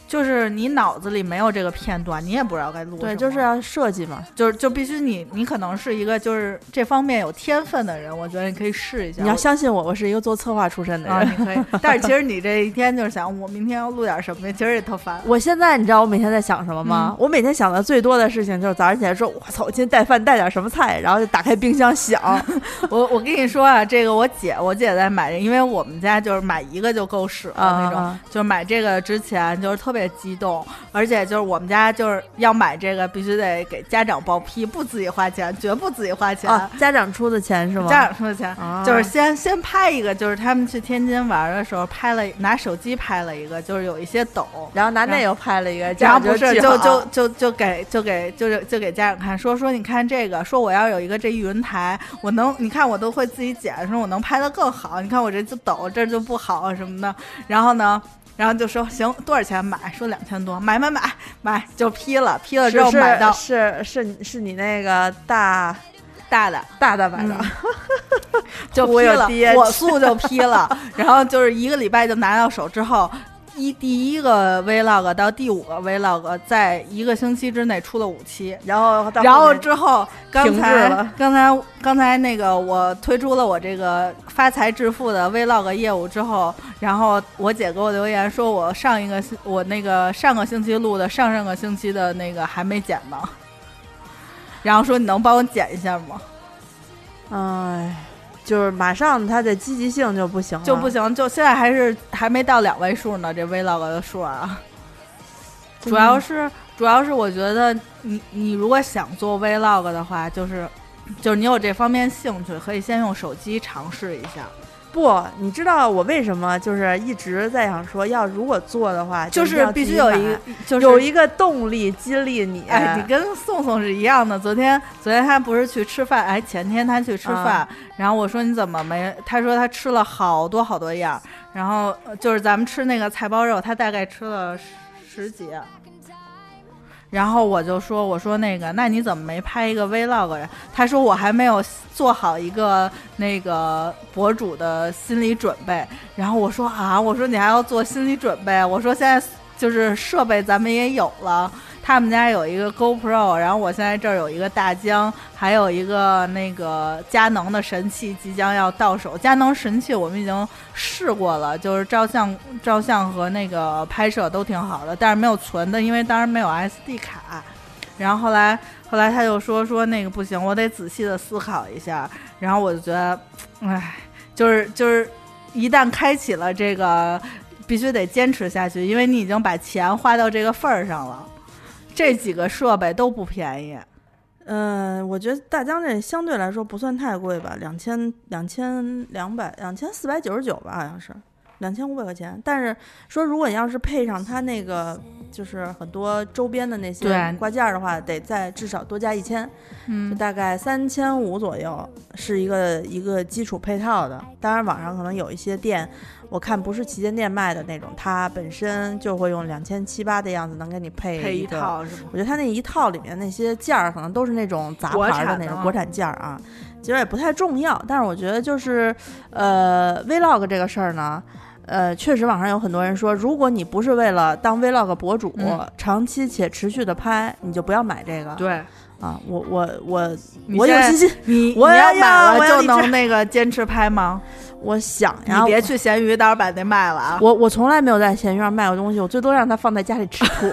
[SPEAKER 2] 就是你脑子里没有这个片段，你也不知道该录什么。
[SPEAKER 1] 对，就是要设计嘛，
[SPEAKER 2] 就是就必须你你可能是一个就是这方面有天分的人，我觉得你可以试一下。
[SPEAKER 1] 你要相信我，我是一个做策划出身的人。
[SPEAKER 2] 啊、你可以，但是其实你这一天就是想，我明天要录点什么，其实也特烦。
[SPEAKER 1] 我现在你知道我每天在想什么吗？嗯、我每天想的最多的事情就是早上起来说，我操，我今天带饭带点什么菜，然后就打开冰箱想。
[SPEAKER 2] 我我跟你说啊，这个我姐我姐在买，因为我们家就是买一个就够使了那种，
[SPEAKER 1] 啊、
[SPEAKER 2] 就是买这个之前就是特别激动。而且就是我们家就是要买这个，必须得给家长报批，不自己花钱，绝不自己花钱。
[SPEAKER 1] 啊、家长出的钱是吗？
[SPEAKER 2] 家长出的钱，
[SPEAKER 1] 啊、
[SPEAKER 2] 就是先先拍一个，就是他们去天津玩的时候拍了，拿手机拍了一个，就是有一些抖，
[SPEAKER 1] 然后拿那又拍了一个，
[SPEAKER 2] 然后不是就就
[SPEAKER 1] 就
[SPEAKER 2] 就就给就给就是就给家长看，说说你看这个，说我要有一个这一云台，我能你看我都会自己剪，说我能拍得更好，你看我这就抖，这就不好什么的，然后呢。然后就说行，多少钱买？说两千多，买买买买，就批了，批了之后买到
[SPEAKER 1] 是是 是, 是你那个大
[SPEAKER 2] 大的
[SPEAKER 1] 大的买的，
[SPEAKER 2] 嗯、就批了，火速就批了，然后就是一个礼拜就拿到手之后。一第一个 vlog 到第五个 vlog 在一个星期之内出了五期，
[SPEAKER 1] 然后
[SPEAKER 2] 然后之后刚才刚才刚才那个我推出了我这个发财致富的 vlog 业务之后，然后我姐给我留言说我上一个我那个上个星期录的上上个星期的那个还没剪呢，然后说你能帮我剪一下吗？
[SPEAKER 1] 哎。就是马上它的积极性就不行了，
[SPEAKER 2] 就不行，就现在还是还没到两位数呢，这 vlog 的数啊。主要是主要是我觉得你你如果想做 vlog 的话，就是就是你有这方面兴趣，可以先用手机尝试一下。
[SPEAKER 1] 不，你知道我为什么就是一直在想说，要如果做的话，
[SPEAKER 2] 就是必须有一个，就是
[SPEAKER 1] 有一个动力激励你。
[SPEAKER 2] 哎，你跟宋宋是一样的。昨天昨天他不是去吃饭，哎，前天他去吃饭，嗯、然后我说你怎么没？他说他吃了好多好多样，然后就是咱们吃那个菜包肉，他大概吃了十十几样。然后我就说，我说那个，那你怎么没拍一个 vlog 呀？他说我还没有做好一个那个博主的心理准备。然后我说啊，我说你还要做心理准备？我说现在就是设备咱们也有了，他们家有一个 GoPro， 然后我现在这儿有一个大疆，还有一个那个佳能的神器即将要到手。佳能神器我们已经试过了，就是照相照相和那个拍摄都挺好的，但是没有存的，因为当时没有 S D 卡。然后后来后来他就说说那个不行，我得仔细的思考一下。然后我就觉得，哎，就是就是一旦开启了这个，必须得坚持下去，因为你已经把钱花到这个份儿上了。这几个设备都不便宜。
[SPEAKER 1] 嗯，我觉得大疆这相对来说不算太贵吧，两千两千两百两千四百九十九吧，好像是两千五百块钱。但是说如果你要是配上它那个就是很多周边的那些挂件的话，得再至少多加一千，
[SPEAKER 2] 嗯，
[SPEAKER 1] 就大概三千五左右是一个一个基础配套的。当然网上可能有一些店，我看不是旗舰店卖的那种，它本身就会用两千七八的样子能给你配
[SPEAKER 2] 配一套，是吗？
[SPEAKER 1] 我觉得它那一套里面那些件儿可能都是那种杂牌的那种国产件儿啊，其实也不太重要。但是我觉得就是呃 vlog 这个事儿呢，呃，确实网上有很多人说，如果你不是为了当 vlog 博主，嗯、长期且持续的拍，你就不要买这个。
[SPEAKER 2] 对
[SPEAKER 1] 啊，我我我我有信心，
[SPEAKER 2] 你
[SPEAKER 1] 我
[SPEAKER 2] 要买了就
[SPEAKER 1] 能
[SPEAKER 2] 那个坚持拍吗？
[SPEAKER 1] 我想呀，
[SPEAKER 2] 你别去闲鱼，到时候把那卖了啊！
[SPEAKER 1] 我我从来没有在闲鱼上卖过东西，我最多让它放在家里吃土。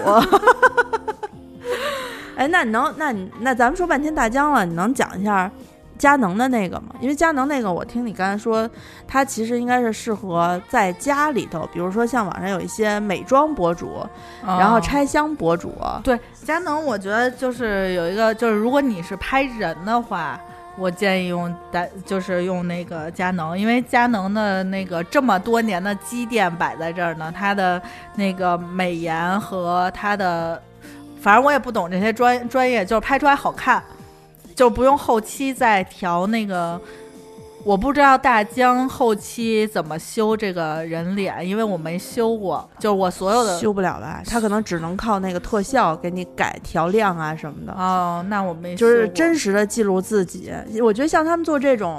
[SPEAKER 1] 哎，那你能，那你那咱们说半天大疆了，你能讲一下佳能的那个吗？因为佳能那个，我听你刚才说，它其实应该是适合在家里头，比如说像网上有一些美妆博主，哦、然后拆箱博主。
[SPEAKER 2] 对，佳能我觉得就是有一个，就是如果你是拍人的话。我建议用单，就是用那个佳能，因为佳能的那个这么多年的积淀摆在这儿呢，它的那个美颜和它的，反正我也不懂这些专专业，就是拍出来好看，就不用后期再调那个。我不知道大疆后期怎么修这个人脸，因为我没修过，就是我所有的
[SPEAKER 1] 修不了吧，他可能只能靠那个特效给你改调亮啊什么的。
[SPEAKER 2] 哦，那我没修过，
[SPEAKER 1] 就是真实的记录自己。我觉得像他们做这种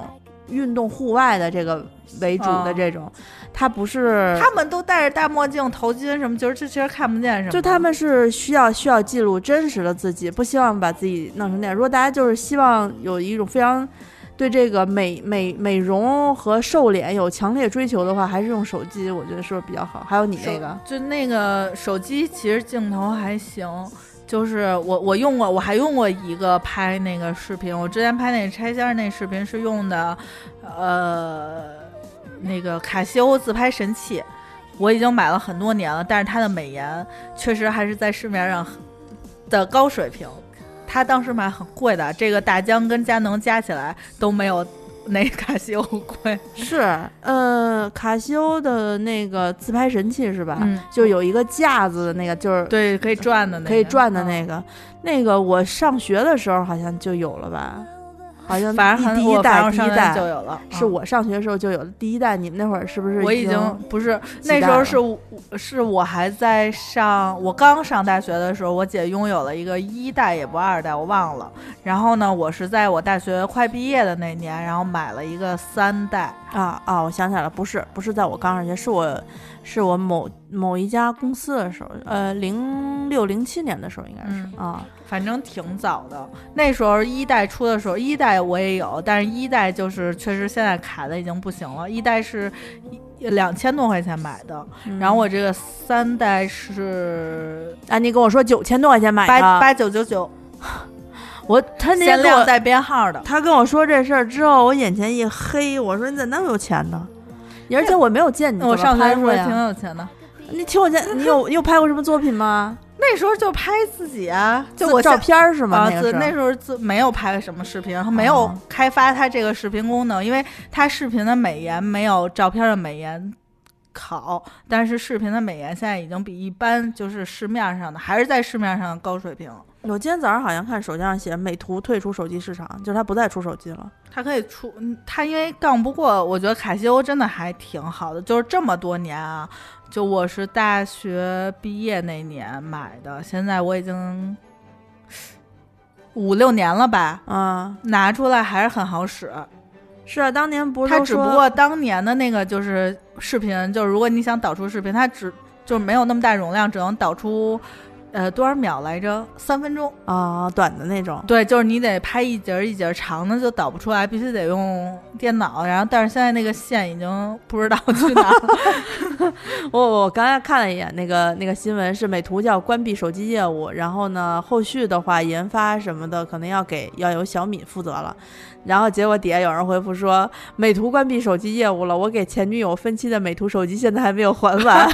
[SPEAKER 1] 运动户外的这个为主的这种，嗯、它不是
[SPEAKER 2] 他们都戴着大墨镜、头巾什么，就是这其实看不见什么。
[SPEAKER 1] 就他们是需要需要记录真实的自己，不希望把自己弄成那样。如果大家就是希望有一种非常对这个美美美容和瘦脸有强烈追求的话，还是用手机，我觉得是比较好。还有你那个，
[SPEAKER 2] 就那个手机其实镜头还行，就是我我用过，我还用过一个拍那个视频。我之前拍那个拆箱那视频是用的，呃，那个卡西欧自拍神器，我已经买了很多年了，但是它的美颜确实还是在市面上的高水平。他当时买很贵的，这个大疆跟佳能加起来都没有那卡西欧贵。
[SPEAKER 1] 是，呃，卡西欧的那个自拍神器是吧？
[SPEAKER 2] 嗯，
[SPEAKER 1] 就有一个架子的那个，就是
[SPEAKER 2] 对，可以转的那个，
[SPEAKER 1] 可以转的那个，嗯、那个我上学的时候好像就有了吧？好像
[SPEAKER 2] 反正
[SPEAKER 1] 第一代，第一代
[SPEAKER 2] 就有了，
[SPEAKER 1] 是我上学的时候就有了。第一代，你们那会儿是不是？
[SPEAKER 2] 我已经不是那时候是是我还在上，我刚上大学的时候，我姐拥有了一个一代，也不二代，我忘了。然后呢，我是在我大学快毕业的那年，然后买了一个三代。
[SPEAKER 1] 啊啊！我想起来了，不是不是在我刚上学，是我是我某某一家公司的时候，呃，零六零七年的时候应该是、
[SPEAKER 2] 嗯、
[SPEAKER 1] 啊，
[SPEAKER 2] 反正挺早的。那时候一代出的时候，一代我也有，但是一代就是确实现在卡的已经不行了。一代是两千多块钱买的、嗯，然后我这个三代是，
[SPEAKER 1] 啊，你跟我说九千多块钱买的，
[SPEAKER 2] 八八九九九。
[SPEAKER 1] 我他那
[SPEAKER 2] 限量带编号的，
[SPEAKER 1] 他跟我说这事儿之后，我眼前一黑，我说你咋那么有钱呢？而且我没有见你，
[SPEAKER 2] 我上学时候挺有钱的。
[SPEAKER 1] 你挺有钱，你有你有拍过什么作品吗？
[SPEAKER 2] 那时候就拍自己啊，就我
[SPEAKER 1] 照片是吗？
[SPEAKER 2] 啊、
[SPEAKER 1] 那个
[SPEAKER 2] 那时候自没有拍什么视频，没有开发它这个视频功能，哦、因为它视频的美颜没有照片的美颜好，但是视频的美颜现在已经比一般就是市面上的还是在市面上的高水平。
[SPEAKER 1] 我今天早上好像看手机上写美图退出手机市场，就是它不再出手机了。
[SPEAKER 2] 它可以出，它因为杠不过，我觉得卡西欧真的还挺好的，就是这么多年啊，就我是大学毕业那年买的，现在我已经五六年了吧，
[SPEAKER 1] 啊、嗯，
[SPEAKER 2] 拿出来还是很好使。
[SPEAKER 1] 是啊，当年不是
[SPEAKER 2] 它只不过当年的那个就是视频，就是如果你想导出视频，它只就是没有那么大容量，只能导出。呃，多少秒来着？三分钟
[SPEAKER 1] 啊，短的那种。
[SPEAKER 2] 对，就是你得拍一节一节，长的就导不出来，必须得用电脑。然后，但是现在那个线已经不知道去哪了。
[SPEAKER 1] 我我刚才看了一眼那个那个新闻，是美图要关闭手机业务，然后呢，后续的话研发什么的可能要给要由小米负责了。然后结果底下有人回复说，美图关闭手机业务了，我给前女友分期的美图手机现在还没有还完。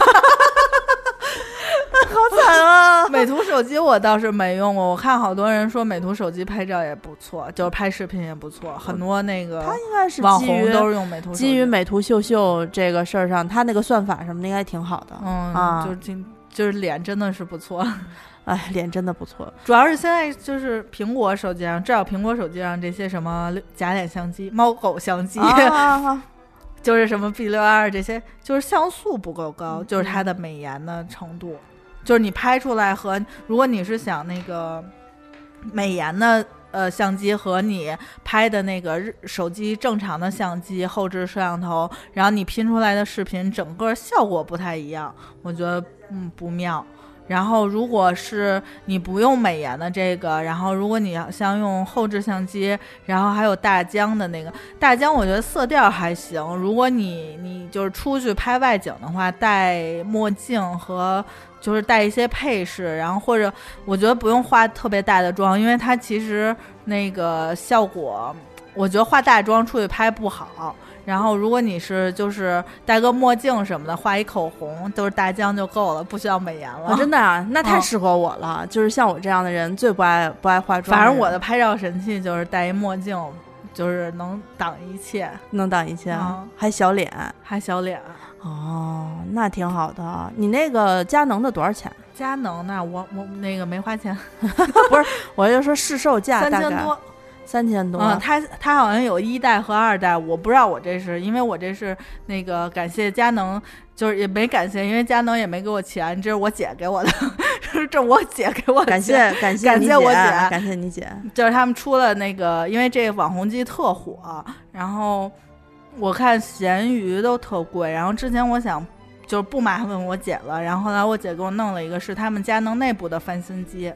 [SPEAKER 1] 好惨啊！
[SPEAKER 2] 美图手机我倒是没用过，我看好多人说美图手机拍照也不错，就是拍视频也不错，很多那个
[SPEAKER 1] 它应该是
[SPEAKER 2] 网红都是用美图手机，
[SPEAKER 1] 基于美图秀秀这个事儿上，它那个算法什么的应该挺好的。
[SPEAKER 2] 嗯
[SPEAKER 1] 啊，
[SPEAKER 2] 就是就是脸真的是不错，
[SPEAKER 1] 哎，脸真的不错。
[SPEAKER 2] 主要是现在就是苹果手机上，至少苹果手机上这些什么假脸相机、猫狗相机。
[SPEAKER 1] 啊
[SPEAKER 2] 就是什么 B 六二这些，就是像素不够高，嗯、就是它的美颜的程度。就是你拍出来和如果你是想那个美颜的呃相机和你拍的那个手机正常的相机后置摄像头，然后你拼出来的视频整个效果不太一样，我觉得嗯不妙。然后如果是你不用美颜的这个，然后如果你要像用后置相机，然后还有大疆的那个大疆，我觉得色调还行。如果你你就是出去拍外景的话，戴墨镜和就是带一些配饰，然后或者我觉得不用化特别大的妆，因为它其实那个效果，我觉得化大妆出去拍不好。然后如果你是就是戴个墨镜什么的，画一口红，都是大疆就够了，不需要美颜了。
[SPEAKER 1] 啊、真的啊，那太适合我了、嗯。就是像我这样的人，最不爱不爱化妆。
[SPEAKER 2] 反正我的拍照神器就是戴一墨镜，就是能挡一切，
[SPEAKER 1] 能挡一切，
[SPEAKER 2] 嗯、
[SPEAKER 1] 还小脸，
[SPEAKER 2] 还小脸。
[SPEAKER 1] 哦，那挺好的。你那个佳能的多少钱？
[SPEAKER 2] 佳能那我我那个没花钱，
[SPEAKER 1] 不是，我就说市售价
[SPEAKER 2] 三千多。
[SPEAKER 1] 三千多，
[SPEAKER 2] 嗯，它它好像有一代和二代，我不知道我这是，因为我这是那个感谢佳能，就是也没感谢，因为佳能也没给我钱，这是我姐给我的， 这我姐给我
[SPEAKER 1] 感谢感谢
[SPEAKER 2] 感谢我姐，
[SPEAKER 1] 感谢你姐，
[SPEAKER 2] 就是他们出了那个，因为这个网红机特火，然后我看闲鱼都特贵，然后之前我想就是不麻烦我姐了，然后后来我姐给我弄了一个是他们佳能内部的翻新机，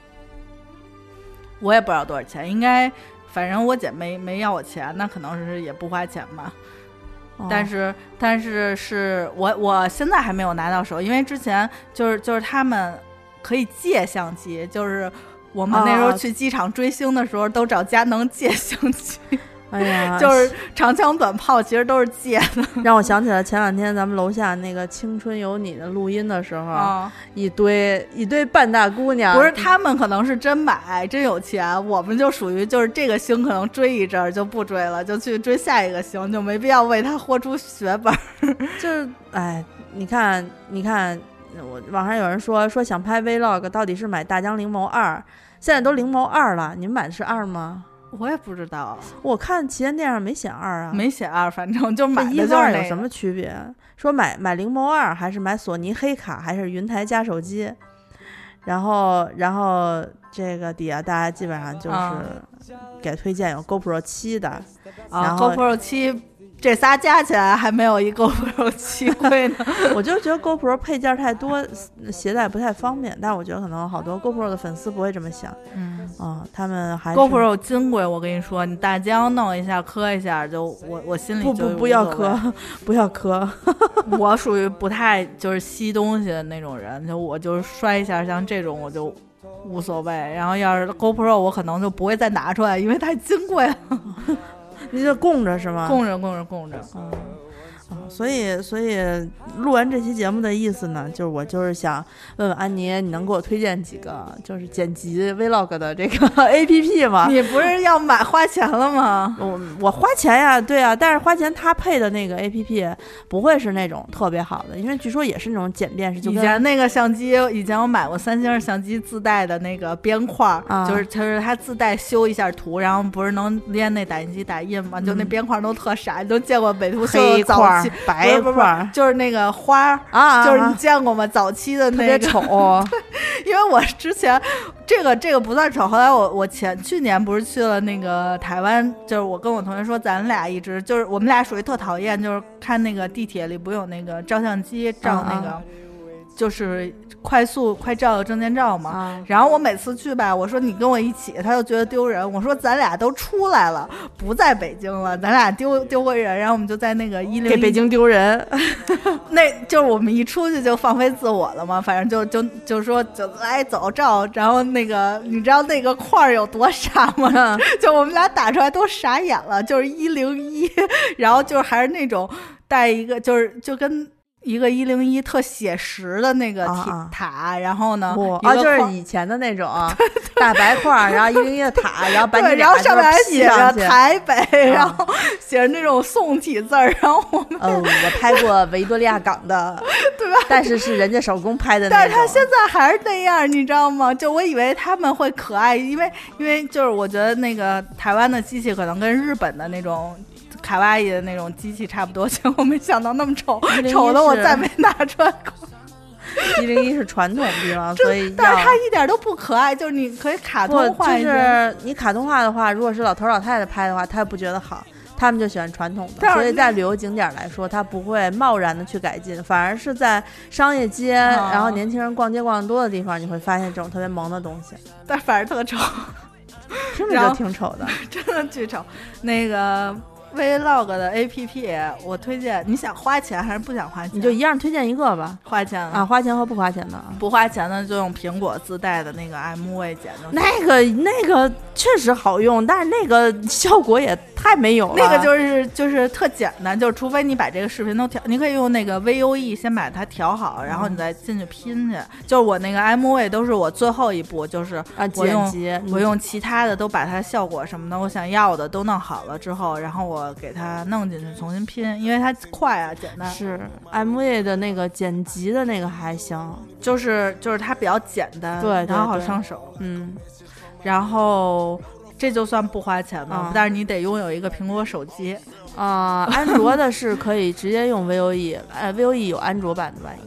[SPEAKER 2] 我也不知道多少钱，应该反正我姐没没要我钱，那可能是也不花钱吧。
[SPEAKER 1] 哦、
[SPEAKER 2] 但是但是是我我现在还没有拿到手，因为之前就是就是他们可以借相机，就是我们那时候去机场追星的时候都找佳能借相机。
[SPEAKER 1] 哎呀，
[SPEAKER 2] 就是长枪短炮其实都是借的。
[SPEAKER 1] 让我想起来前两天咱们楼下那个《青春有你》的录音的时候、哦、一堆一堆半大姑娘，
[SPEAKER 2] 不是他们可能是真买真有钱，我们就属于就是这个星可能追一阵就不追了，就去追下一个星，就没必要为他豁出血本。
[SPEAKER 1] 就是哎，你看你看我网上有人说说想拍 vlog 到底是买大疆灵眸二，现在都灵眸二了，你们买的是二吗？
[SPEAKER 2] 我也不知道，
[SPEAKER 1] 我看旗舰店上没写二啊，
[SPEAKER 2] 没写二，反正就买的就是、那
[SPEAKER 1] 一和二有什么区别？说买买灵眸二还是买索尼黑卡还是云台加手机？然后然后这个底下大家基本上就是给推荐有 GoPro 七的，
[SPEAKER 2] 啊、
[SPEAKER 1] 然后
[SPEAKER 2] GoPro 七。这仨加起来还没有一 GoPro 七贵呢。
[SPEAKER 1] 我就觉得 GoPro 配件太多，携带不太方便。但是我觉得可能好多 GoPro 的粉丝不会这么想。
[SPEAKER 2] 嗯
[SPEAKER 1] 啊、嗯，他们还是
[SPEAKER 2] GoPro 金贵，我跟你说，你大疆弄一下磕一下，就我我心里就
[SPEAKER 1] 不不不要磕，不要磕。
[SPEAKER 2] 我属于不太就是吸东西的那种人，就我就是摔一下，像这种我就无所谓。然后要是 GoPro， 我可能就不会再拿出来，因为太金贵了。
[SPEAKER 1] 你就供着是吗？
[SPEAKER 2] 供着供着供着，
[SPEAKER 1] 嗯，啊，所以所以录完这期节目的意思呢，就是我就是想问问安妮，你能给我推荐几个就是剪辑 vlog 的这个 A P P 吗？
[SPEAKER 2] 你不是要买花钱了吗？
[SPEAKER 1] 我我花钱呀，对啊，但是花钱他配的那个 A P P 不会是那种特别好的，因为据说也是那种简便式。就
[SPEAKER 2] 以前那个相机，以前我买过三星相机自带的那个边框，啊、就是就是它自带修一下图，然后不是能连那打印机打印吗？嗯、就那边框都特傻，你都见过美图秀秀早期
[SPEAKER 1] 白块，
[SPEAKER 2] 就是那个花
[SPEAKER 1] 啊，
[SPEAKER 2] 就是你见过吗？早期的那个
[SPEAKER 1] 特别丑，
[SPEAKER 2] 因为我之前这个这个不算丑，后来我我前去年不是去了那个台湾，就是我跟我同学说，咱俩一直就是我们俩属于特讨厌，就是看那个地铁里不有那个照相机照那个。啊就是快速快照的证件照嘛、啊，然后我每次去吧，我说你跟我一起，他就觉得丢人。我说咱俩都出来了，不在北京了，咱俩丢丢回人。然后我们就在那个一零
[SPEAKER 1] 给北京丢人，
[SPEAKER 2] 那就是我们一出去就放飞自我了嘛。反正就就就说就来走照，然后那个你知道那个框有多傻吗？嗯、就我们俩打出来都傻眼了，就是一零一，然后就是还是那种带一个就是就跟。一个一零一特写实的那个塔，塔啊、然后呢，
[SPEAKER 1] 啊，就是以前的那种大白块，然后一零一的塔，然后把你
[SPEAKER 2] 然后上面还写着台北，
[SPEAKER 1] 啊、
[SPEAKER 2] 然后写着那种宋体字儿，然后我们
[SPEAKER 1] 哦，我拍过维多利亚港的，
[SPEAKER 2] 对吧？
[SPEAKER 1] 但是是人家手工拍的那种，
[SPEAKER 2] 但是他现在还是那样，你知道吗？就我以为他们会可爱，因为因为就是我觉得那个台湾的机器可能跟日本的那种。卡哇伊的那种机器差不多，结果没想到那么丑，丑的我再没拿出来过。
[SPEAKER 1] 一零一是传统地方，所以
[SPEAKER 2] 但是它一点都不可爱，就是你可以卡通化一
[SPEAKER 1] 些。就是你卡通化的话，如果是老头老太太拍的话，他不觉得好，他们就喜欢传统的。所以在旅游景点来说，他不会贸然的去改进，反而是在商业街，哦、然后年轻人逛街逛得多的地方，你会发现这种特别萌的东西。
[SPEAKER 2] 但反而特丑，
[SPEAKER 1] 听着就挺丑的，
[SPEAKER 2] 真的巨丑。那个。Vlog 的 A P P 我推荐，你想花钱还是不想花钱？
[SPEAKER 1] 你就一样推荐一个吧。
[SPEAKER 2] 花钱
[SPEAKER 1] 啊，花钱和不花钱的。
[SPEAKER 2] 不花钱的就用苹果自带的那个 M V 剪的。
[SPEAKER 1] 那个那个确实好用，但是那个效果也太没有了。
[SPEAKER 2] 那个就是就是特简单，就是除非你把这个视频都调，你可以用那个 V U E 先把它调好，然后你再进去拼去。嗯、就是我那个 M V 都是我最后一步，就是我用、
[SPEAKER 1] 啊、剪辑，
[SPEAKER 2] 我用其他的都把它效果什么的，我想要的都弄好了之后，然后我。给它弄进去重新拼，因为它快啊，简单。
[SPEAKER 1] 是 M V 的那个剪辑的那个还行，
[SPEAKER 2] 就是就是它比较简单，
[SPEAKER 1] 对，
[SPEAKER 2] 然后好上手。
[SPEAKER 1] 嗯，
[SPEAKER 2] 然后这就算不花钱嘛、嗯，但是你得拥有一个苹果手机
[SPEAKER 1] 啊、呃。安卓的是可以直接用 V O E， 呃 ，V O E 有安卓版的吧？应该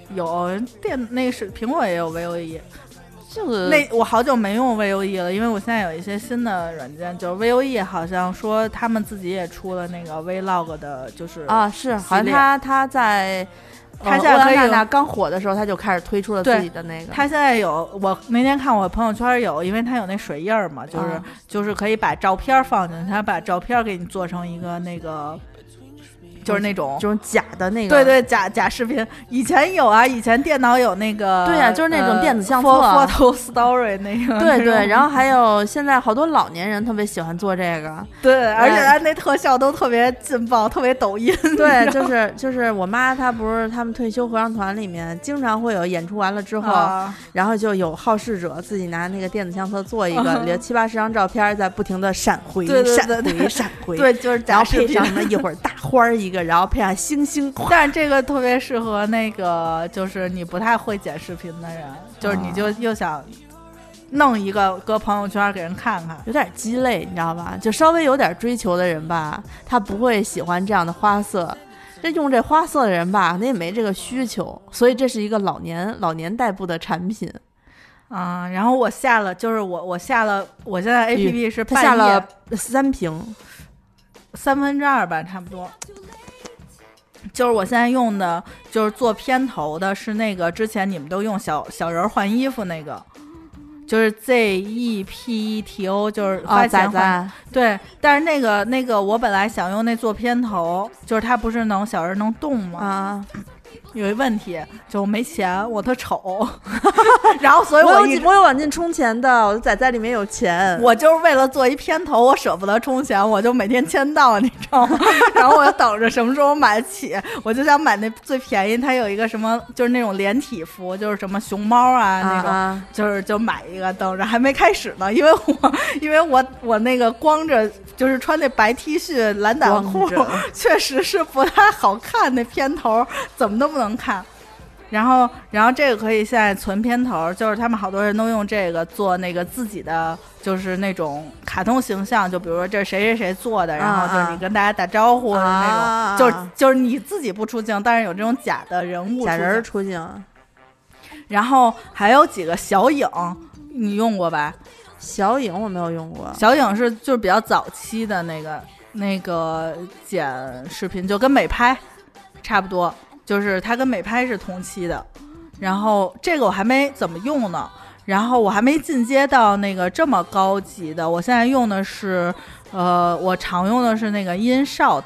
[SPEAKER 2] 有电那是苹果也有 V O E。
[SPEAKER 1] 这个
[SPEAKER 2] 那我好久没用 V O E 了，因为我现在有一些新的软件，就是 V O E 好像说他们自己也出了那个 Vlog 的，就是
[SPEAKER 1] 啊，是好像他他在
[SPEAKER 2] 他现在可以、
[SPEAKER 1] 呃、娜刚火的时候，他就开始推出了自己的那个。
[SPEAKER 2] 他现在有，我那天看我朋友圈有，因为他有那水印嘛，就是、啊、就是可以把照片放进去，他把照片给你做成一个那个。就是那种
[SPEAKER 1] 这种假的那个，
[SPEAKER 2] 对对，假假视频，以前有啊，以前电脑有那个，
[SPEAKER 1] 对呀、啊，就是那种电子相册、
[SPEAKER 2] 呃、，photo story 那个，
[SPEAKER 1] 对对，然后还有现在好多老年人特别喜欢做这个，
[SPEAKER 2] 对，而且他那特效都特别劲爆，特别抖音，
[SPEAKER 1] 对，就是就是我妈她不是他们退休合唱团里面经常会有演出完了之后，啊、然后就有好事者自己拿那个电子相册做一个，啊、留七八十张照片，在不停的闪回、
[SPEAKER 2] 对对对
[SPEAKER 1] 闪回、闪回，
[SPEAKER 2] 对，就是
[SPEAKER 1] 然后配上什么一会儿大花一个。然后配上星星，
[SPEAKER 2] 但是这个特别适合那个就是你不太会剪视频的人，就是你就又想弄一个搁朋友圈给人看看，
[SPEAKER 1] 有点鸡肋，你知道吧？就稍微有点追求的人吧，他不会喜欢这样的花色。这用这花色的人吧，他也没这个需求，所以这是一个老年老年代步的产品。
[SPEAKER 2] 嗯，然后我下了，就是我我下了，我现在 A P P 是半夜
[SPEAKER 1] 下了三屏，
[SPEAKER 2] 三分之二吧，差不多。就是我现在用的，就是做片头的，是那个之前你们都用小小人换衣服那个，就是 Z E P E T O， 就是花钱换、
[SPEAKER 1] 哦、
[SPEAKER 2] 对。但是那个那个我本来想用那做片头，就是它不是能小人能动吗？
[SPEAKER 1] 啊。
[SPEAKER 2] 有一问题，就我没钱，我特丑，然后所以我
[SPEAKER 1] 我有我有往进充钱的，我的仔仔里面有钱，
[SPEAKER 2] 我就是为了做一片头，我舍不得充钱，我就每天签到，你知道吗？然后我就等着什么时候买得起，我就想买那最便宜，它有一个什么就是那种连体服，就是什么熊猫啊那种，啊就是就买一个，等着还没开始呢，因为我因为我我那个光着就是穿那白 T 恤蓝胆裤，确实是不太好看，那片头怎么都不能看。然后然后这个可以现在存片头，就是他们好多人都用这个做那个自己的就是那种卡通形象，就比如说这是谁谁谁做的，然后就是你跟大家打招呼的那种、啊、就是就是你自己不出镜，但是有这种假的人物
[SPEAKER 1] 假人出镜。
[SPEAKER 2] 然后还有几个小影，你用过吧？
[SPEAKER 1] 小影我没有用过，
[SPEAKER 2] 小影是就是比较早期的那个那个剪视频，就跟美拍差不多，就是它跟美拍是同期的。然后这个我還沒怎麼用呢，然後我還沒進階到那個這麼高級的，我現在用的是呃，我常用的是那個 InShot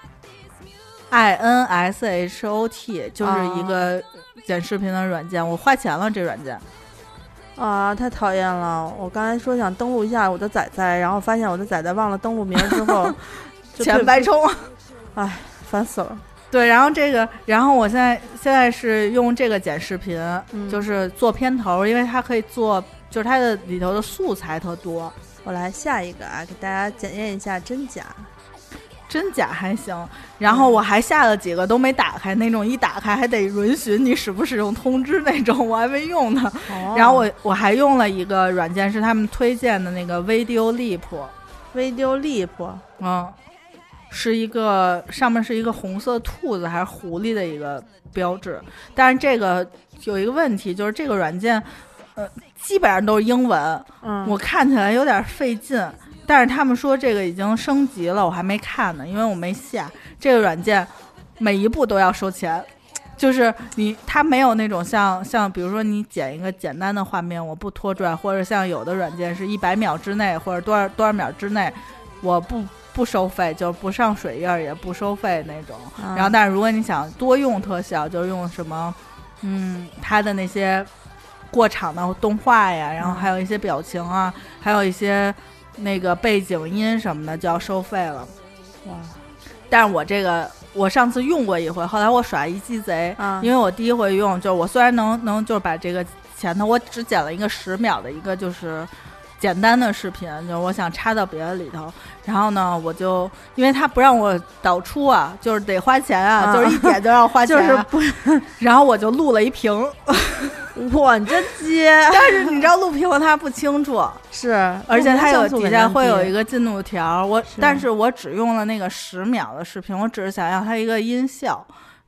[SPEAKER 2] I N S H O T， 就是一個剪視頻的軟件，我花錢了這軟件
[SPEAKER 1] 啊，太討厭了！我剛才說想登錄一下我的仔仔，然後發現我的仔仔忘了登錄名之後
[SPEAKER 2] 錢白充，
[SPEAKER 1] 哎，煩死了。
[SPEAKER 2] 对，然后这个，然后我现在现在是用这个剪视频、
[SPEAKER 1] 嗯，
[SPEAKER 2] 就是做片头，因为它可以做，就是它的里头的素材特多。
[SPEAKER 1] 我来下一个啊，给大家检验一下真假。
[SPEAKER 2] 真假还行，然后我还下了几个都没打开，那种一打开还得允许你使不使用通知那种，我还没用呢。哦、然后我我还用了一个软件，是他们推荐的那个 Video Leap。Video
[SPEAKER 1] Leap，
[SPEAKER 2] 嗯。是一个上面是一个红色兔子还是狐狸的一个标志，但是这个有一个问题，就是这个软件呃基本上都是英文，
[SPEAKER 1] 嗯，
[SPEAKER 2] 我看起来有点费劲，但是他们说这个已经升级了，我还没看呢，因为我没下。这个软件每一步都要收钱，就是你它没有那种像像比如说你剪一个简单的画面我不拖拽，或者像有的软件是一百秒之内或者多少多少秒之内我不不收费，就不上水印也不收费那种、嗯、然后但是如果你想多用特效，就用什么嗯，它的那些过场的动画呀，然后还有一些表情啊、嗯、还有一些那个背景音什么的就要收费了。
[SPEAKER 1] 哇！
[SPEAKER 2] 但是我这个我上次用过一回，后来我耍一鸡贼、嗯、因为我第一回用就是我虽然能能就是把这个前头我只剪了一个十秒的一个就是简单的视频，就是我想插到别的里头，然后呢我就因为他不让我导出啊，就是得花钱啊、嗯、就是一点就要花钱、啊、
[SPEAKER 1] 就是不
[SPEAKER 2] 然后我就录了一屏
[SPEAKER 1] 哇你真接
[SPEAKER 2] 但是你知道录屏它不清楚，
[SPEAKER 1] 是
[SPEAKER 2] 而且它有底下会有一个进度条，我是但是我只用了那个十秒的视频，我只是想要它一个音效，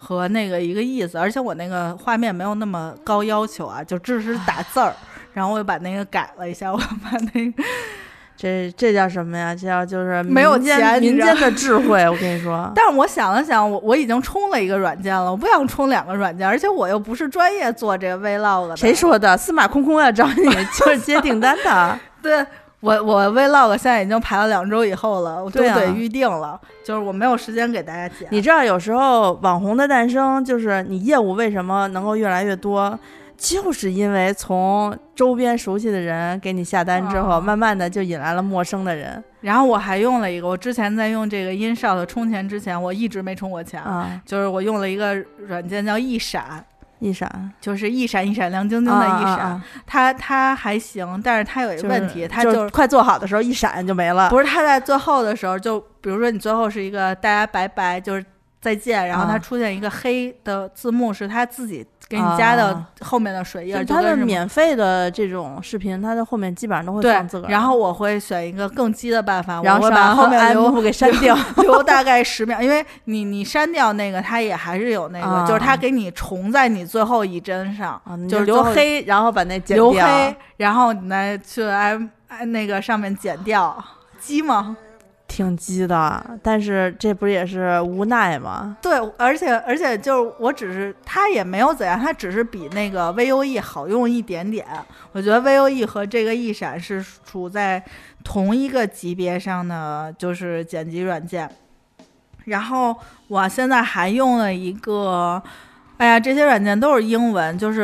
[SPEAKER 2] 和那个一个意思，而且我那个画面没有那么高要求啊，就只是打字儿，然后我就把那个改了一下，我把那个。
[SPEAKER 1] 这这叫什么呀？这叫就是
[SPEAKER 2] 没有钱，
[SPEAKER 1] 民间的智慧。我跟你说，
[SPEAKER 2] 但是我想了想，我我已经充了一个软件了，我不想充两个软件，而且我又不是专业做这个 vlog 的。
[SPEAKER 1] 谁说的？司马空空要找你就是接订单的。
[SPEAKER 2] 对，我我 vlog 现在已经排了两周以后了，我都得预定了，啊、就是我没有时间给大家剪。
[SPEAKER 1] 你知道，有时候网红的诞生，就是你业务为什么能够越来越多？就是因为从周边熟悉的人给你下单之后、哦、慢慢的就引来了陌生的人。
[SPEAKER 2] 然后我还用了一个，我之前在用这个InShot充钱之前我一直没充过钱、
[SPEAKER 1] 嗯、
[SPEAKER 2] 就是我用了一个软件叫一闪
[SPEAKER 1] 一闪
[SPEAKER 2] 就是一闪一闪亮晶晶的一闪、啊啊啊、它它还行，但是它有一个问题、就是、它就、
[SPEAKER 1] 就是、快做好的时候一闪就没了。
[SPEAKER 2] 不是，它在最后的时候，就比如说你最后是一个大家拜拜就是再见，然后它出现一个黑的字幕，是它自己给你加的后面的水印、啊、
[SPEAKER 1] 它的免费的这种视频它的后面基本上都会放自个儿。
[SPEAKER 2] 然后我会选一个更激的办法，
[SPEAKER 1] 然后
[SPEAKER 2] 我会把后面
[SPEAKER 1] 留给删掉
[SPEAKER 2] 留大概十秒，因为你你删掉那个它也还是有那个、啊、就是它给你重在你最后一帧上、
[SPEAKER 1] 啊、
[SPEAKER 2] 就是
[SPEAKER 1] 留黑然后把那剪掉，
[SPEAKER 2] 留黑然后你再去按按那个上面剪掉。激吗？
[SPEAKER 1] 挺激的，但是这不是也是无奈吗？
[SPEAKER 2] 对，而且而且就是我只是它也没有怎样，它只是比那个 V O E 好用一点点。我觉得 V O E 和这个一闪是处在同一个级别上的，就是剪辑软件。然后我现在还用了一个，哎呀，这些软件都是英文，就是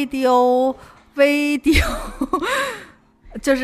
[SPEAKER 2] Video Video 就是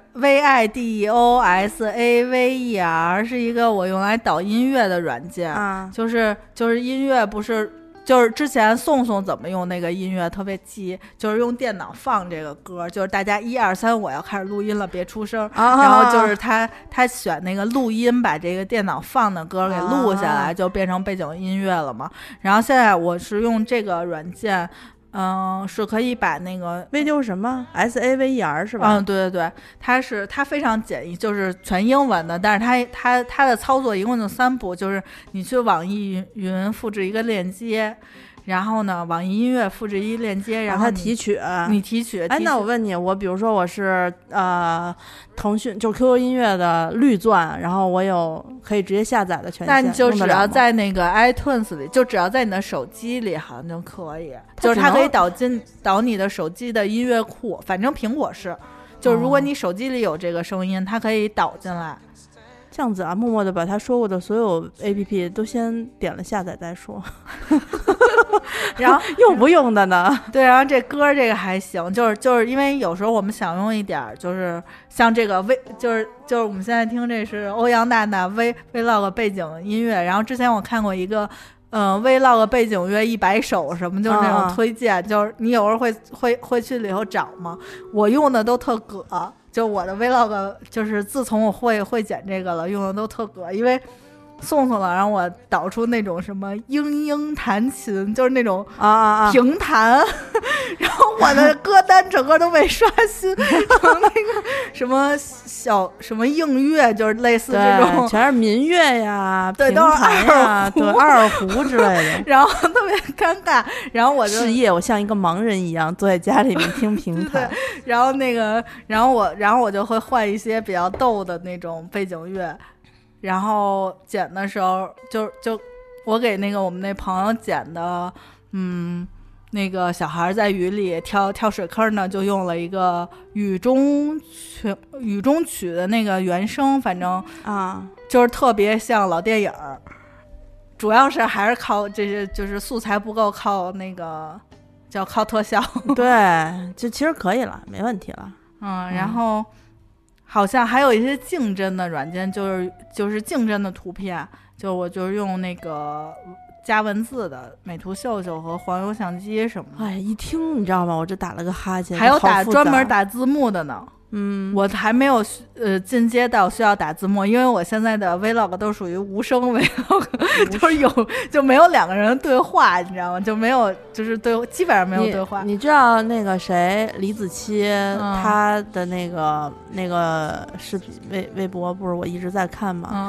[SPEAKER 2] V I D E O S A V E R 是一个我用来导音乐的软件、
[SPEAKER 1] 啊、
[SPEAKER 2] 就是就是音乐不是就是之前宋宋怎么用那个音乐特别急，就是用电脑放这个歌，就是大家一二三我要开始录音了别出声、啊、然后就是他他选那个录音把这个电脑放的歌给录下来、啊、就变成背景音乐了嘛。然后现在我是用这个软件嗯，是可以把那个
[SPEAKER 1] Video 什么 S A V E R 是吧？
[SPEAKER 2] 嗯，对对对，它是它非常简易，就是全英文的，但是它它它的操作一共就三步，就是你去网易云复制一个链接，然后呢，网易音乐复制一链接，然后
[SPEAKER 1] 它提取，
[SPEAKER 2] 你提取。
[SPEAKER 1] 哎，那我问你，我比如说我是呃腾讯就 Q Q 音乐的绿钻，然后我有可以直接下载的权限，
[SPEAKER 2] 那你就只要在那个 iTunes 里，就只要在你的手机里好像就可以，就是它可以导进导你的手机的音乐库，反正苹果是，就是如果你手机里有这个声音，它可以导进来。
[SPEAKER 1] 这样子啊，默默的把他说过的所有 A P P 都先点了下载再说
[SPEAKER 2] 然后
[SPEAKER 1] 用不用的呢？
[SPEAKER 2] 对，然后这歌这个还行，就是就是因为有时候我们想用一点，就是像这个 V 就是就是我们现在听这是欧阳娜娜 V Vlog 背景音乐，然后之前我看过一个嗯 Vlog 背景乐一百首什么，就是那种推荐、啊、就是你有时候会会会去里头找吗？我用的都特葛，就我的 Vlog 就是自从我会会剪这个了，用的都特葛，因为宋宋了让我导出那种什么嘤嘤弹琴，就是那种
[SPEAKER 1] 啊
[SPEAKER 2] 平弹、啊啊、然后我的歌单整个都被刷新成那个什么小什么应乐，就是类似这种
[SPEAKER 1] 全是民乐呀，
[SPEAKER 2] 对，都是二胡
[SPEAKER 1] 对二胡之类的
[SPEAKER 2] 然后特别尴尬，然后我就
[SPEAKER 1] 事业我像一个盲人一样坐在家里面听评弹
[SPEAKER 2] 然后那个然后我然后我就会换一些比较逗的那种背景乐，然后剪的时候就就我给那个我们那朋友剪的，嗯，那个小孩在雨里跳跳水坑呢，就用了一个雨中曲雨中曲的那个原声，反正
[SPEAKER 1] 啊，
[SPEAKER 2] 就是特别像老电影，主要是还是靠这些，就是素材不够，靠那个叫靠特效。
[SPEAKER 1] 对，就其实可以了，没问题了。
[SPEAKER 2] 嗯，然后。嗯好像还有一些竞争的软件，就是就是竞争的图片，就我就是用那个加文字的美图秀秀和黄油相机什么的。
[SPEAKER 1] 哎，一听你知道吗？我这打了个哈欠。
[SPEAKER 2] 还有打专门打字幕的呢。
[SPEAKER 1] 嗯，
[SPEAKER 2] 我还没有呃进阶到需要打字幕，因为我现在的 vlog 都属于无声 vlog， 就是有就没有两个人对话，你知道吗？就没有就是对，基本上没有对话。
[SPEAKER 1] 你, 你知道那个谁李子柒、
[SPEAKER 2] 嗯、
[SPEAKER 1] 他的那个那个视频微微博不是我一直在看吗？
[SPEAKER 2] 嗯，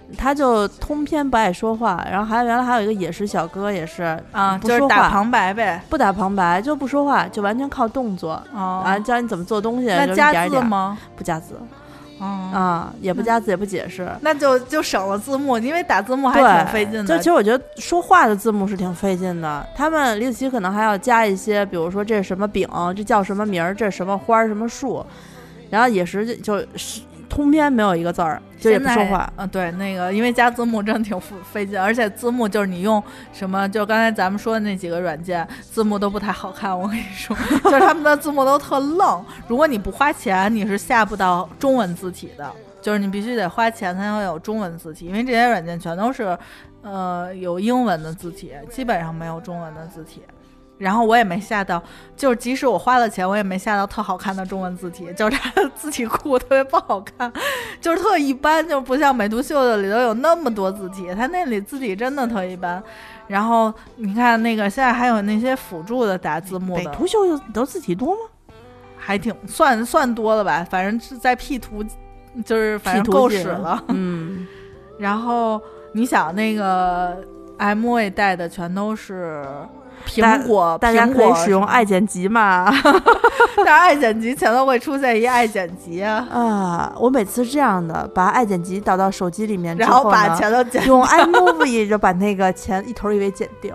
[SPEAKER 1] 他就通篇不爱说话，然后还原来还有一个野食小哥也是
[SPEAKER 2] 啊，
[SPEAKER 1] 不说话，
[SPEAKER 2] 就是打旁白呗，
[SPEAKER 1] 不打旁白就不说话，就完全靠动作，
[SPEAKER 2] 哦、
[SPEAKER 1] 啊，教你怎么做东西，
[SPEAKER 2] 那
[SPEAKER 1] 就
[SPEAKER 2] 加字
[SPEAKER 1] 一点一点
[SPEAKER 2] 吗？
[SPEAKER 1] 不加字。
[SPEAKER 2] 嗯
[SPEAKER 1] 啊，也不加字，也不解释，
[SPEAKER 2] 那就就省了字幕，因为打字幕还挺费劲的。
[SPEAKER 1] 就其实我觉得说话的字幕是挺费劲的，他们李子柒可能还要加一些，比如说这是什么饼，这叫什么名儿，这是什么花什么树，然后野食就就是通篇没有一个字儿，就也不说话。
[SPEAKER 2] 嗯、呃，对，那个因为加字幕真的挺费劲，而且字幕就是你用什么，就刚才咱们说的那几个软件，字幕都不太好看。我跟你说，就是他们的字幕都特愣。如果你不花钱，你是下不到中文字体的，就是你必须得花钱才会有中文字体，因为这些软件全都是，呃，有英文的字体，基本上没有中文的字体。然后我也没下到，就是即使我花了钱，我也没下到特好看的中文字体，就是它的字体库特别不好看，就是特一般，就不像美图秀秀里头有那么多字体，它那里字体真的特一般。然后你看那个现在还有那些辅助的打字幕的，
[SPEAKER 1] 美图秀秀都字体多吗？
[SPEAKER 2] 还挺算算多了吧，反正是在 P 图，就是反正够使了。
[SPEAKER 1] 嗯，
[SPEAKER 2] 然后你想那个 M V 带的全都是。苹果，
[SPEAKER 1] 大家可以使用爱剪辑嘛？
[SPEAKER 2] 但是爱剪辑前头会出现一爱剪辑啊！
[SPEAKER 1] 啊，我每次是这样的，把爱剪辑导到手机里面之后呢，
[SPEAKER 2] 然后把前头剪掉，
[SPEAKER 1] 用 iMovie 就把那个前一头一尾剪掉。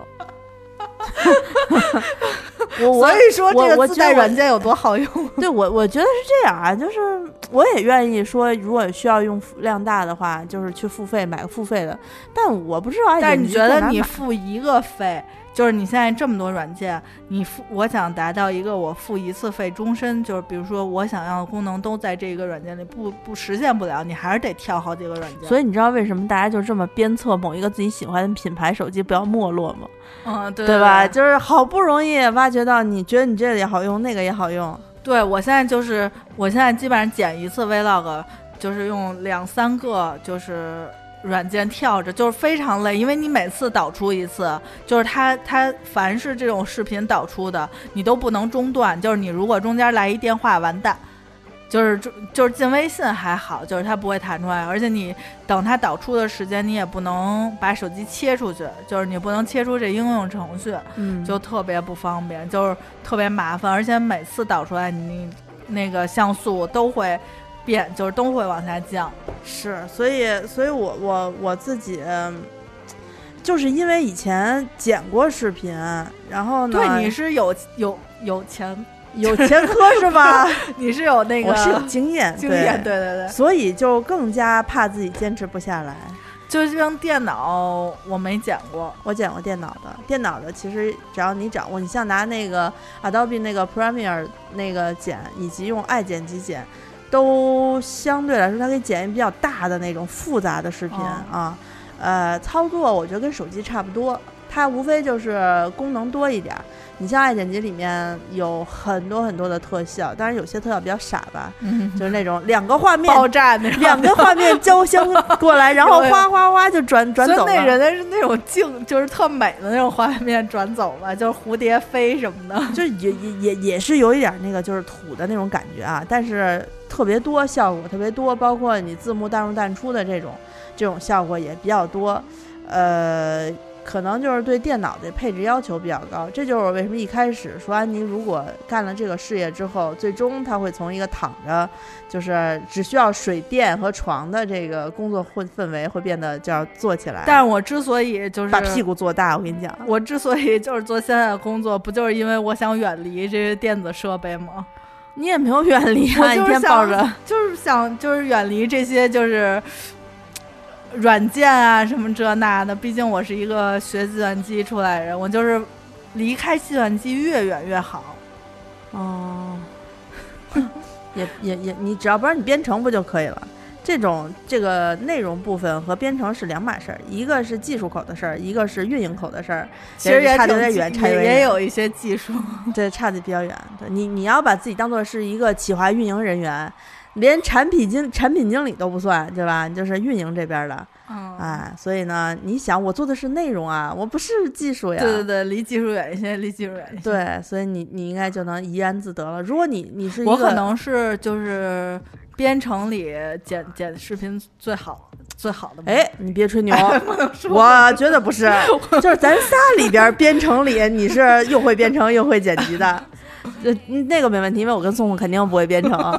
[SPEAKER 1] 我
[SPEAKER 2] 所以说这个自带软件有多好用？
[SPEAKER 1] 对我，我觉得是这样啊，就是我也愿意说，如果需要用量大的话，就是去付费买个付费的。但我不知道爱剪辑，
[SPEAKER 2] 但是你觉得你付一个费？就是你现在这么多软件，你付我想达到一个我付一次费终身，就是比如说我想要的功能都在这个软件里不不实现不了，你还是得跳好几个软件。
[SPEAKER 1] 所以你知道为什么大家就这么鞭策某一个自己喜欢的品牌手机不要没落吗？
[SPEAKER 2] 嗯，对
[SPEAKER 1] 对吧？就是好不容易挖掘到你觉得你这个也好用，那个也好用。
[SPEAKER 2] 对，我现在就是我现在基本上剪一次 vlog 就是用两三个就是软件跳着，就是非常累，因为你每次导出一次，就是它它凡是这种视频导出的，你都不能中断，就是你如果中间来一电话完蛋，就是就是进微信还好，就是它不会弹出来，而且你等它导出的时间，你也不能把手机切出去，就是你不能切出这应用程序，
[SPEAKER 1] 嗯，
[SPEAKER 2] 就特别不方便，就是特别麻烦，而且每次导出来你那个像素都会变，就是都会往下降。
[SPEAKER 1] 是，所以所以我我我自己就是因为以前剪过视频，然后呢，
[SPEAKER 2] 对，你是有有有钱
[SPEAKER 1] 有前科是吧？
[SPEAKER 2] 你是有那个，
[SPEAKER 1] 我是有经验，
[SPEAKER 2] 经验，对对对，
[SPEAKER 1] 所以就更加怕自己坚持不下来。
[SPEAKER 2] 就像电脑，我没剪过，
[SPEAKER 1] 我剪过电脑的，电脑的其实只要你掌握，你像拿那个 Adobe 那个 Premiere 那个剪，以及用爱剪辑剪，都相对来说它可以剪比较大的那种复杂的视频、哦、啊。呃，操作我觉得跟手机差不多，它无非就是功能多一点。你像爱剪辑里面有很多很多的特效，当然有些特效比较傻吧，嗯、就是那种两个画面
[SPEAKER 2] 爆炸那种，
[SPEAKER 1] 两个画面交相过来，然后哗哗哗就转转走了。
[SPEAKER 2] 所以那人家是那种静，就是特美的那种画面转走吧，就是蝴蝶飞什么的，
[SPEAKER 1] 就也也也也是有一点那个就是土的那种感觉啊，但是特别多效果特别多，包括你字幕淡入淡出的这种这种效果也比较多，呃。可能就是对电脑的配置要求比较高，这就是我为什么一开始说安妮如果干了这个事业之后，最终她会从一个躺着就是只需要水电和床的这个工作氛围会变得就要做起来。
[SPEAKER 2] 但是我之所以就是
[SPEAKER 1] 把屁股做大，我跟你讲，
[SPEAKER 2] 我之所以就是做现在的工作，不就是因为我想远离这些电子设备吗？
[SPEAKER 1] 你也没有远离啊，一天抱着，
[SPEAKER 2] 就是想就是远离这些就是软件啊什么这那的，毕竟我是一个学计算机出来的人，我就是离开计算机越远越好。
[SPEAKER 1] 哦，也也也，你只要不让你编程不就可以了？这种这个内容部分和编程是两码事儿，一个是技术口的事儿，一个是运营口的事儿，
[SPEAKER 2] 其实也
[SPEAKER 1] 差得有点远，差得有点
[SPEAKER 2] 也有一些技术，
[SPEAKER 1] 对，差得比较远。对你你要把自己当做是一个企划运营人员。连产品经产品经理都不算，对吧？你就是运营这边的，
[SPEAKER 2] 嗯，
[SPEAKER 1] 哎，所以呢，你想我做的是内容啊，我不是技术呀。
[SPEAKER 2] 对对对，离技术远一些，离技术远一些。
[SPEAKER 1] 对，所以你你应该就能怡然自得了。如果你你是一个，
[SPEAKER 2] 我可能是就是编程里剪剪视频最好， 最好的。
[SPEAKER 1] 哎，你别吹牛，我觉得不是，就是咱仨里边编程里，你是又会编程又会剪辑的，呃，那个没问题，因为我跟宋宋肯定不会编程。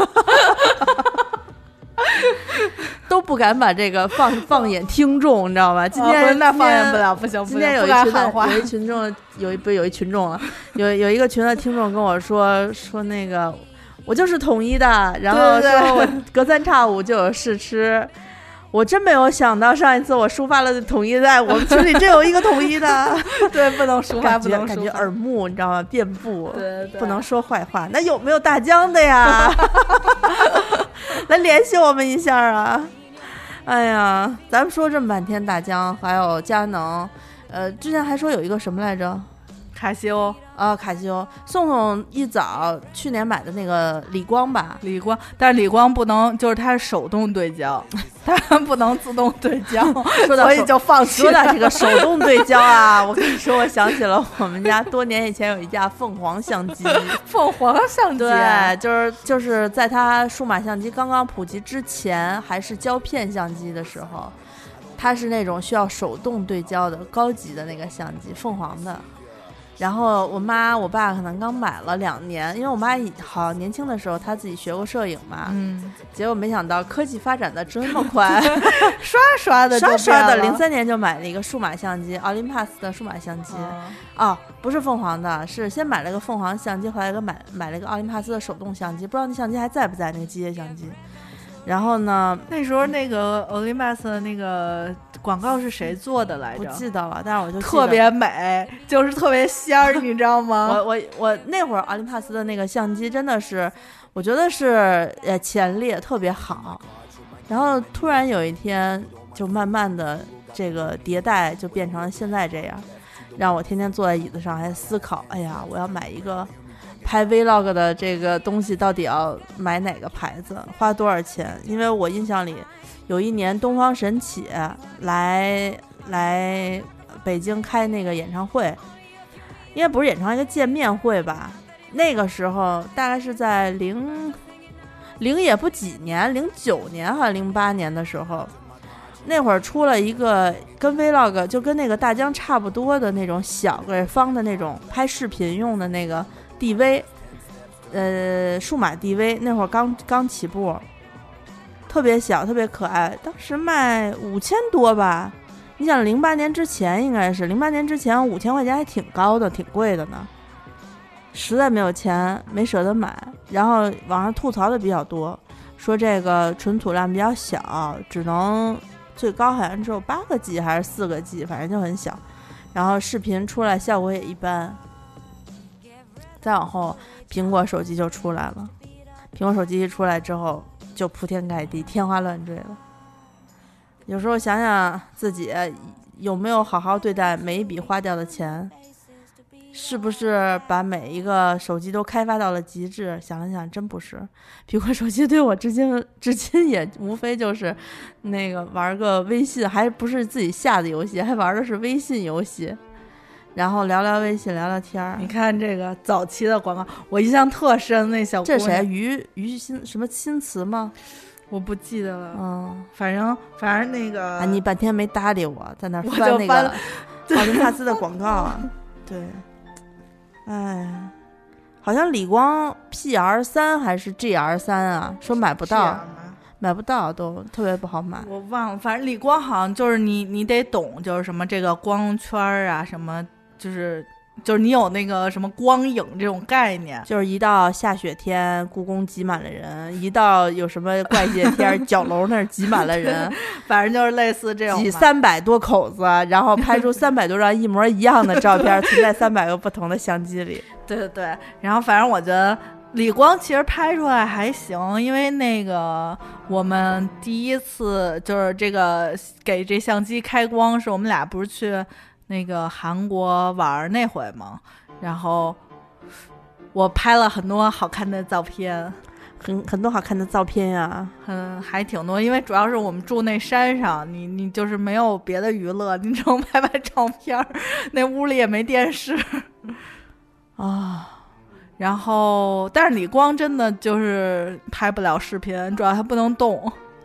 [SPEAKER 1] 都不敢把这个放放眼听众，你知道吗？今天、
[SPEAKER 2] 哦、那放眼不了，不行，
[SPEAKER 1] 今天有一群的有一群众，有一不是有一群众了，有有一个群的听众跟我说说那个我就是统一的，然后说我隔三差五就有试吃。我真没有想到上一次我抒发了统一，在我们群里真有一个统一的。
[SPEAKER 2] 对，不能抒发，不能
[SPEAKER 1] 感觉耳目，你知道吗？遍布，
[SPEAKER 2] 对对，
[SPEAKER 1] 不能说坏话。那有没有大疆的呀？来联系我们一下啊！哎呀，咱们说这么半天，大疆还有佳能，呃，之前还说有一个什么来着？
[SPEAKER 2] 卡西欧
[SPEAKER 1] 啊，卡西欧。宋宋一早去年买的那个理光吧，
[SPEAKER 2] 理光，但是理光不能，就是它是手动对焦，它不能自动对焦，
[SPEAKER 1] 说到
[SPEAKER 2] 所以就放弃
[SPEAKER 1] 了。说到这个手动对焦啊，我跟你说，我想起了我们家多年以前有一架凤凰相机，
[SPEAKER 2] 凤凰相机，
[SPEAKER 1] 对，就是就是在它数码相机刚刚普及之前，还是胶片相机的时候，它是那种需要手动对焦的高级的那个相机，凤凰的。然后我妈我爸可能刚买了两年，因为我妈好年轻的时候她自己学过摄影嘛，
[SPEAKER 2] 嗯，
[SPEAKER 1] 结果没想到科技发展的这么快，
[SPEAKER 2] 刷刷的
[SPEAKER 1] 刷刷的，零三年就买了一个数码相机，奥林帕斯的数码相机，哦，不是凤凰的，是先买了个凤凰相机，后来个买买了一个奥林帕斯的手动相机，不知道那相机还在不在那个机械相机。然后呢，
[SPEAKER 2] 那时候那个 Olympus 的那个广告是谁做的来着？
[SPEAKER 1] 不记得了，但是我就
[SPEAKER 2] 特别美，就是特别仙儿，你知道吗？
[SPEAKER 1] 我我我那会儿奥林帕斯的那个相机真的是，我觉得是呃前列特别好。然后突然有一天，就慢慢的这个迭代，就变成了现在这样，让我天天坐在椅子上还思考，哎呀，我要买一个。拍 vlog 的这个东西到底要买哪个牌子，花多少钱？因为我印象里有一年东方神起来来北京开那个演唱会，应该不是演唱会，一个见面会吧。那个时候大概是在零零也不几年，零九年还是零八年的时候，那会儿出了一个跟 vlog 就跟那个大疆差不多的那种小个方的那种拍视频用的那个。D V， 呃，数码 D V 那会儿刚刚起步，特别小，特别可爱，当时卖五千多吧。你想，零八年之前应该是零八年之前五千块钱还挺高的，挺贵的呢。实在没有钱，没舍得买，然后网上吐槽的比较多，说这个存储量比较小，只能最高好像只有八个 G 还是四个 G， 反正就很小。然后视频出来效果也一般。再往后，苹果手机就出来了。苹果手机一出来之后，就铺天盖地、天花乱坠了。有时候想想自己有没有好好对待每一笔花掉的钱，是不是把每一个手机都开发到了极致？想了想，真不是。苹果手机对我至今至今也无非就是那个玩个微信，还不是自己下的游戏，还玩的是微信游戏。然后聊聊微信，聊聊天儿。
[SPEAKER 2] 你看这个早期的广告，我印象特深。那小姑娘，
[SPEAKER 1] 这谁？于于新什么新词吗？
[SPEAKER 2] 我不记得了。
[SPEAKER 1] 嗯，
[SPEAKER 2] 反正反正那个，
[SPEAKER 1] 啊，你半天没搭理我，在那翻那个奥林帕斯的广告啊。对，哎，好像理光 P R 三还是 G R 三啊，说买不到。买不到，都特别不好买。
[SPEAKER 2] 我忘了，反正理光好像就是你，你得懂，就是什么这个光圈啊，什么就是就是你有那个什么光影这种概念。
[SPEAKER 1] 就是一到下雪天，故宫挤满了人；一到有什么怪节天，角楼那儿挤满了人。
[SPEAKER 2] 反正就是类似这种，
[SPEAKER 1] 挤三百多口子，然后拍出三百多张一模一样的照片，存在三百个不同的相机里。
[SPEAKER 2] 对对对，然后反正我觉得。理光其实拍出来还行，因为那个我们第一次就是这个给这相机开光，是我们俩不是去那个韩国玩那回嘛，然后我拍了很多好看的照片，
[SPEAKER 1] 很很多好看的照片呀、啊，
[SPEAKER 2] 嗯，还挺多，因为主要是我们住那山上，你你就是没有别的娱乐，你只能拍拍照片，那屋里也没电视
[SPEAKER 1] 啊。
[SPEAKER 2] 然后，但是理光真的就是拍不了视频，主要它不能动。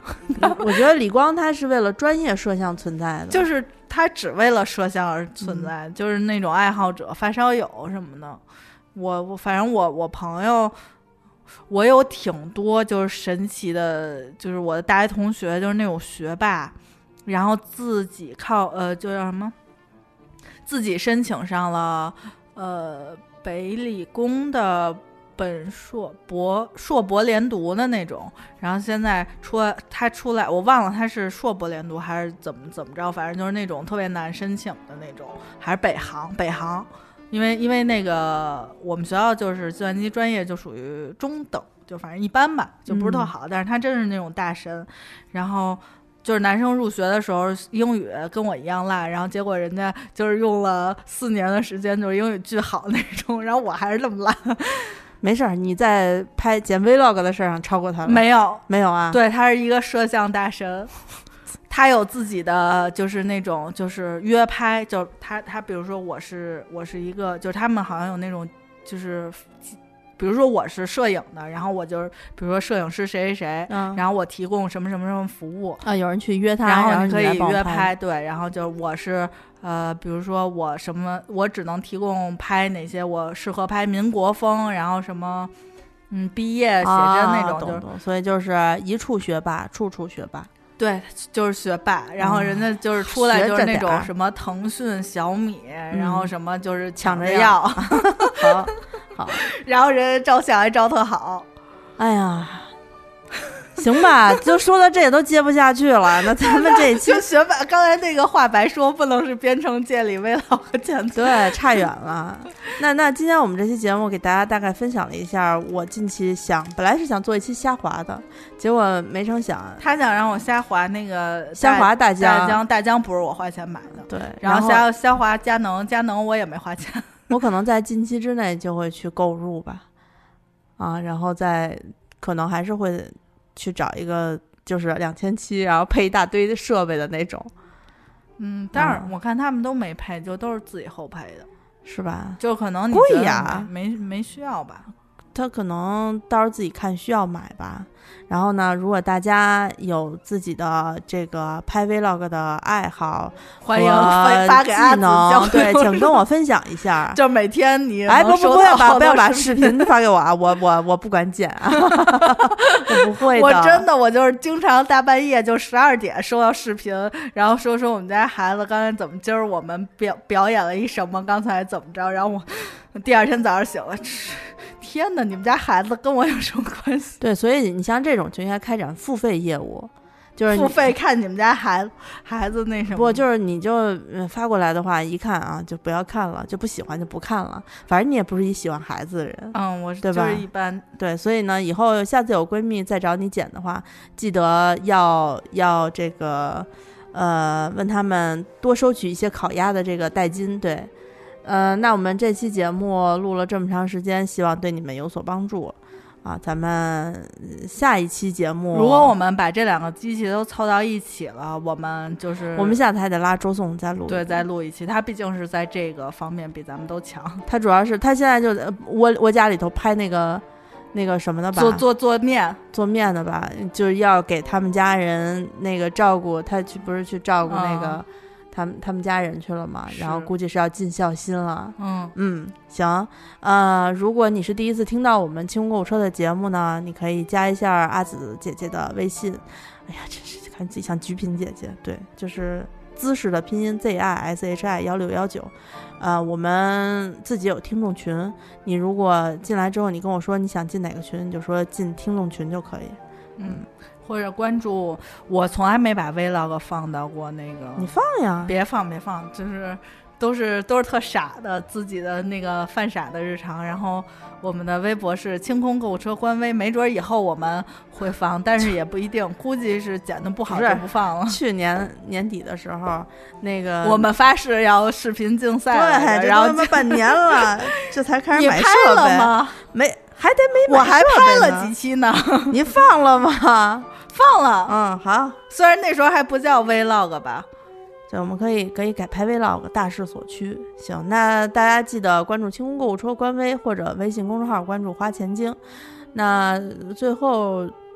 [SPEAKER 1] 我觉得理光它是为了专业摄像存在的，
[SPEAKER 2] 就是它只为了摄像而存在，嗯、就是那种爱好者、发烧友什么的。我我反正我我朋友，我有挺多就是神奇的，就是我的大学同学，就是那种学霸，然后自己靠呃，就叫什么，自己申请上了呃北理工的。本硕博硕博连读的那种，然后现在出他出来，我忘了他是硕博连读还是怎么怎么着，反正就是那种特别难申请的那种，还是北航北航，因为因为那个我们学校就是计算机专业就属于中等，就反正一般吧，就不是特好，嗯、但是他真是那种大神，然后。就是男生入学的时候英语跟我一样烂，然后结果人家就是用了四年的时间，就是英语巨好那种，然后我还是那么烂。
[SPEAKER 1] 没事儿，你在拍剪 vlog 的事上超过他了？
[SPEAKER 2] 没有，
[SPEAKER 1] 没有啊。
[SPEAKER 2] 对，他是一个摄像大神，他有自己的就是那种就是约拍，就他他比如说我是我是一个，就是他们好像有那种就是。比如说我是摄影的，然后我就是比如说摄影师谁谁谁、嗯、然后我提供什么什么什么服务
[SPEAKER 1] 啊，有人去约他，
[SPEAKER 2] 然后你可以
[SPEAKER 1] 约
[SPEAKER 2] 拍，对，然后就我是呃比如说我什么我只能提供拍哪些，我适合拍民国风，然后什么嗯毕业写真那种、啊、就是
[SPEAKER 1] 懂懂，所以就是一处学霸处处学霸，
[SPEAKER 2] 对，就是学霸，然后人家就是出来就是那种什么腾讯、小米、嗯，然后什么就是抢着要，
[SPEAKER 1] 好，好，
[SPEAKER 2] 然后人家照相还照特好，
[SPEAKER 1] 哎呀，行吧，就说到这也都接不下去了，那咱们这一期
[SPEAKER 2] 就学霸，刚才那个话白说，不能是编程界里微老和剪
[SPEAKER 1] 辑，对，差远了。那那今天我们这期节目给大家大概分享了一下，我近期想本来是想做一期虾滑的，结果没成想
[SPEAKER 2] 他想让我虾滑那个
[SPEAKER 1] 虾滑大疆，
[SPEAKER 2] 大疆大疆不是我花钱买的，
[SPEAKER 1] 对，
[SPEAKER 2] 然后虾虾滑佳能佳能我也没花钱，
[SPEAKER 1] 我可能在近期之内就会去购入吧，啊，然后再可能还是会去找一个就是两千七，然后配一大堆的设备的那种，
[SPEAKER 2] 嗯，但是我看他们都没配，就都是自己后配的。
[SPEAKER 1] 是吧？
[SPEAKER 2] 就可能你
[SPEAKER 1] 贵呀，
[SPEAKER 2] 没没需要吧？
[SPEAKER 1] 他可能到时候自己看需要买吧。然后呢，如果大家有自己的这个拍 vlog 的爱好，
[SPEAKER 2] 欢迎发给阿紫，
[SPEAKER 1] 对，请跟我分享一下。
[SPEAKER 2] 就每天你
[SPEAKER 1] 哎，不不不要把不要把视频发给我啊！我我我不管剪啊，我不会的。
[SPEAKER 2] 我真的我就是经常大半夜就十二点收到视频，然后说说我们家孩子刚才怎么，今儿我们表表演了一什么，刚才怎么着，然后我第二天早上醒了。天哪，你们家孩子跟我有什么关系？
[SPEAKER 1] 对，所以你像这种就应该开展付费业务，就是
[SPEAKER 2] 付费看你们家孩子孩子那什么。
[SPEAKER 1] 不，就是你就发过来的话，一看啊就不要看了，就不喜欢就不看了。反正你也不是一喜欢孩子的人，
[SPEAKER 2] 嗯，我
[SPEAKER 1] 对吧？
[SPEAKER 2] 就是一般。
[SPEAKER 1] 对，所以呢，以后下次有闺蜜再找你剪的话，记得要要这个呃问他们多收取一些烤鸭的这个代金，对。呃，那我们这期节目录了这么长时间，希望对你们有所帮助啊！咱们下一期节目，
[SPEAKER 2] 如果我们把这两个机器都凑到一起了，我们就是
[SPEAKER 1] 我们下次还得拉周颂再录，
[SPEAKER 2] 对，再录一期。他毕竟是在这个方面比咱们都强，
[SPEAKER 1] 他主要是他现在就我我家里头拍那个那个什么的吧，
[SPEAKER 2] 做做做面
[SPEAKER 1] 做面的吧，就是要给他们家人那个照顾，他去不是去照顾那个。嗯他们他们家人去了嘛，然后估计是要尽孝心了。
[SPEAKER 2] 嗯
[SPEAKER 1] 嗯，行，呃，如果你是第一次听到我们清空购物车的节目呢，你可以加一下阿紫姐姐的微信。哎呀，真是看自己像菊萍姐姐，对，就是姿势的拼音 Z I S H I 幺六幺九。呃，我们自己有听众群，你如果进来之后，你跟我说你想进哪个群，你就说进听众群就可以。
[SPEAKER 2] 嗯。或者关注我，从来没把 vlog 放到过那个。
[SPEAKER 1] 你放呀，
[SPEAKER 2] 别放别放，就是都是都是特傻的自己的那个犯傻的日常。然后我们的微博是清空购物车官微，没准以后我们会放，但是也不一定，估计是剪得不好就不放了。
[SPEAKER 1] 去年年底的时候，那个
[SPEAKER 2] 我们发誓要视频竞赛，
[SPEAKER 1] 对，
[SPEAKER 2] 然后
[SPEAKER 1] 他妈半年了，这才开始买设备。
[SPEAKER 2] 你拍了吗？
[SPEAKER 1] 没，还得没买。
[SPEAKER 2] 我还拍了几期呢。
[SPEAKER 1] 你放了吗？
[SPEAKER 2] 放了，
[SPEAKER 1] 嗯，好。
[SPEAKER 2] 虽然那时候还不叫 vlog 吧，
[SPEAKER 1] 对，我们可以可以改拍 vlog， 大势所趋。行，那大家记得关注清空购物车官微或者微信公众号关注花钱精。那最后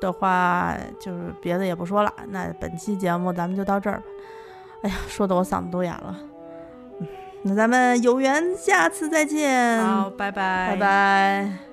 [SPEAKER 1] 的话，就是别的也不说了，那本期节目咱们就到这儿吧。哎呀，说的我嗓子都哑了。嗯，那咱们有缘下次再见。
[SPEAKER 2] 好，拜拜，
[SPEAKER 1] 拜拜。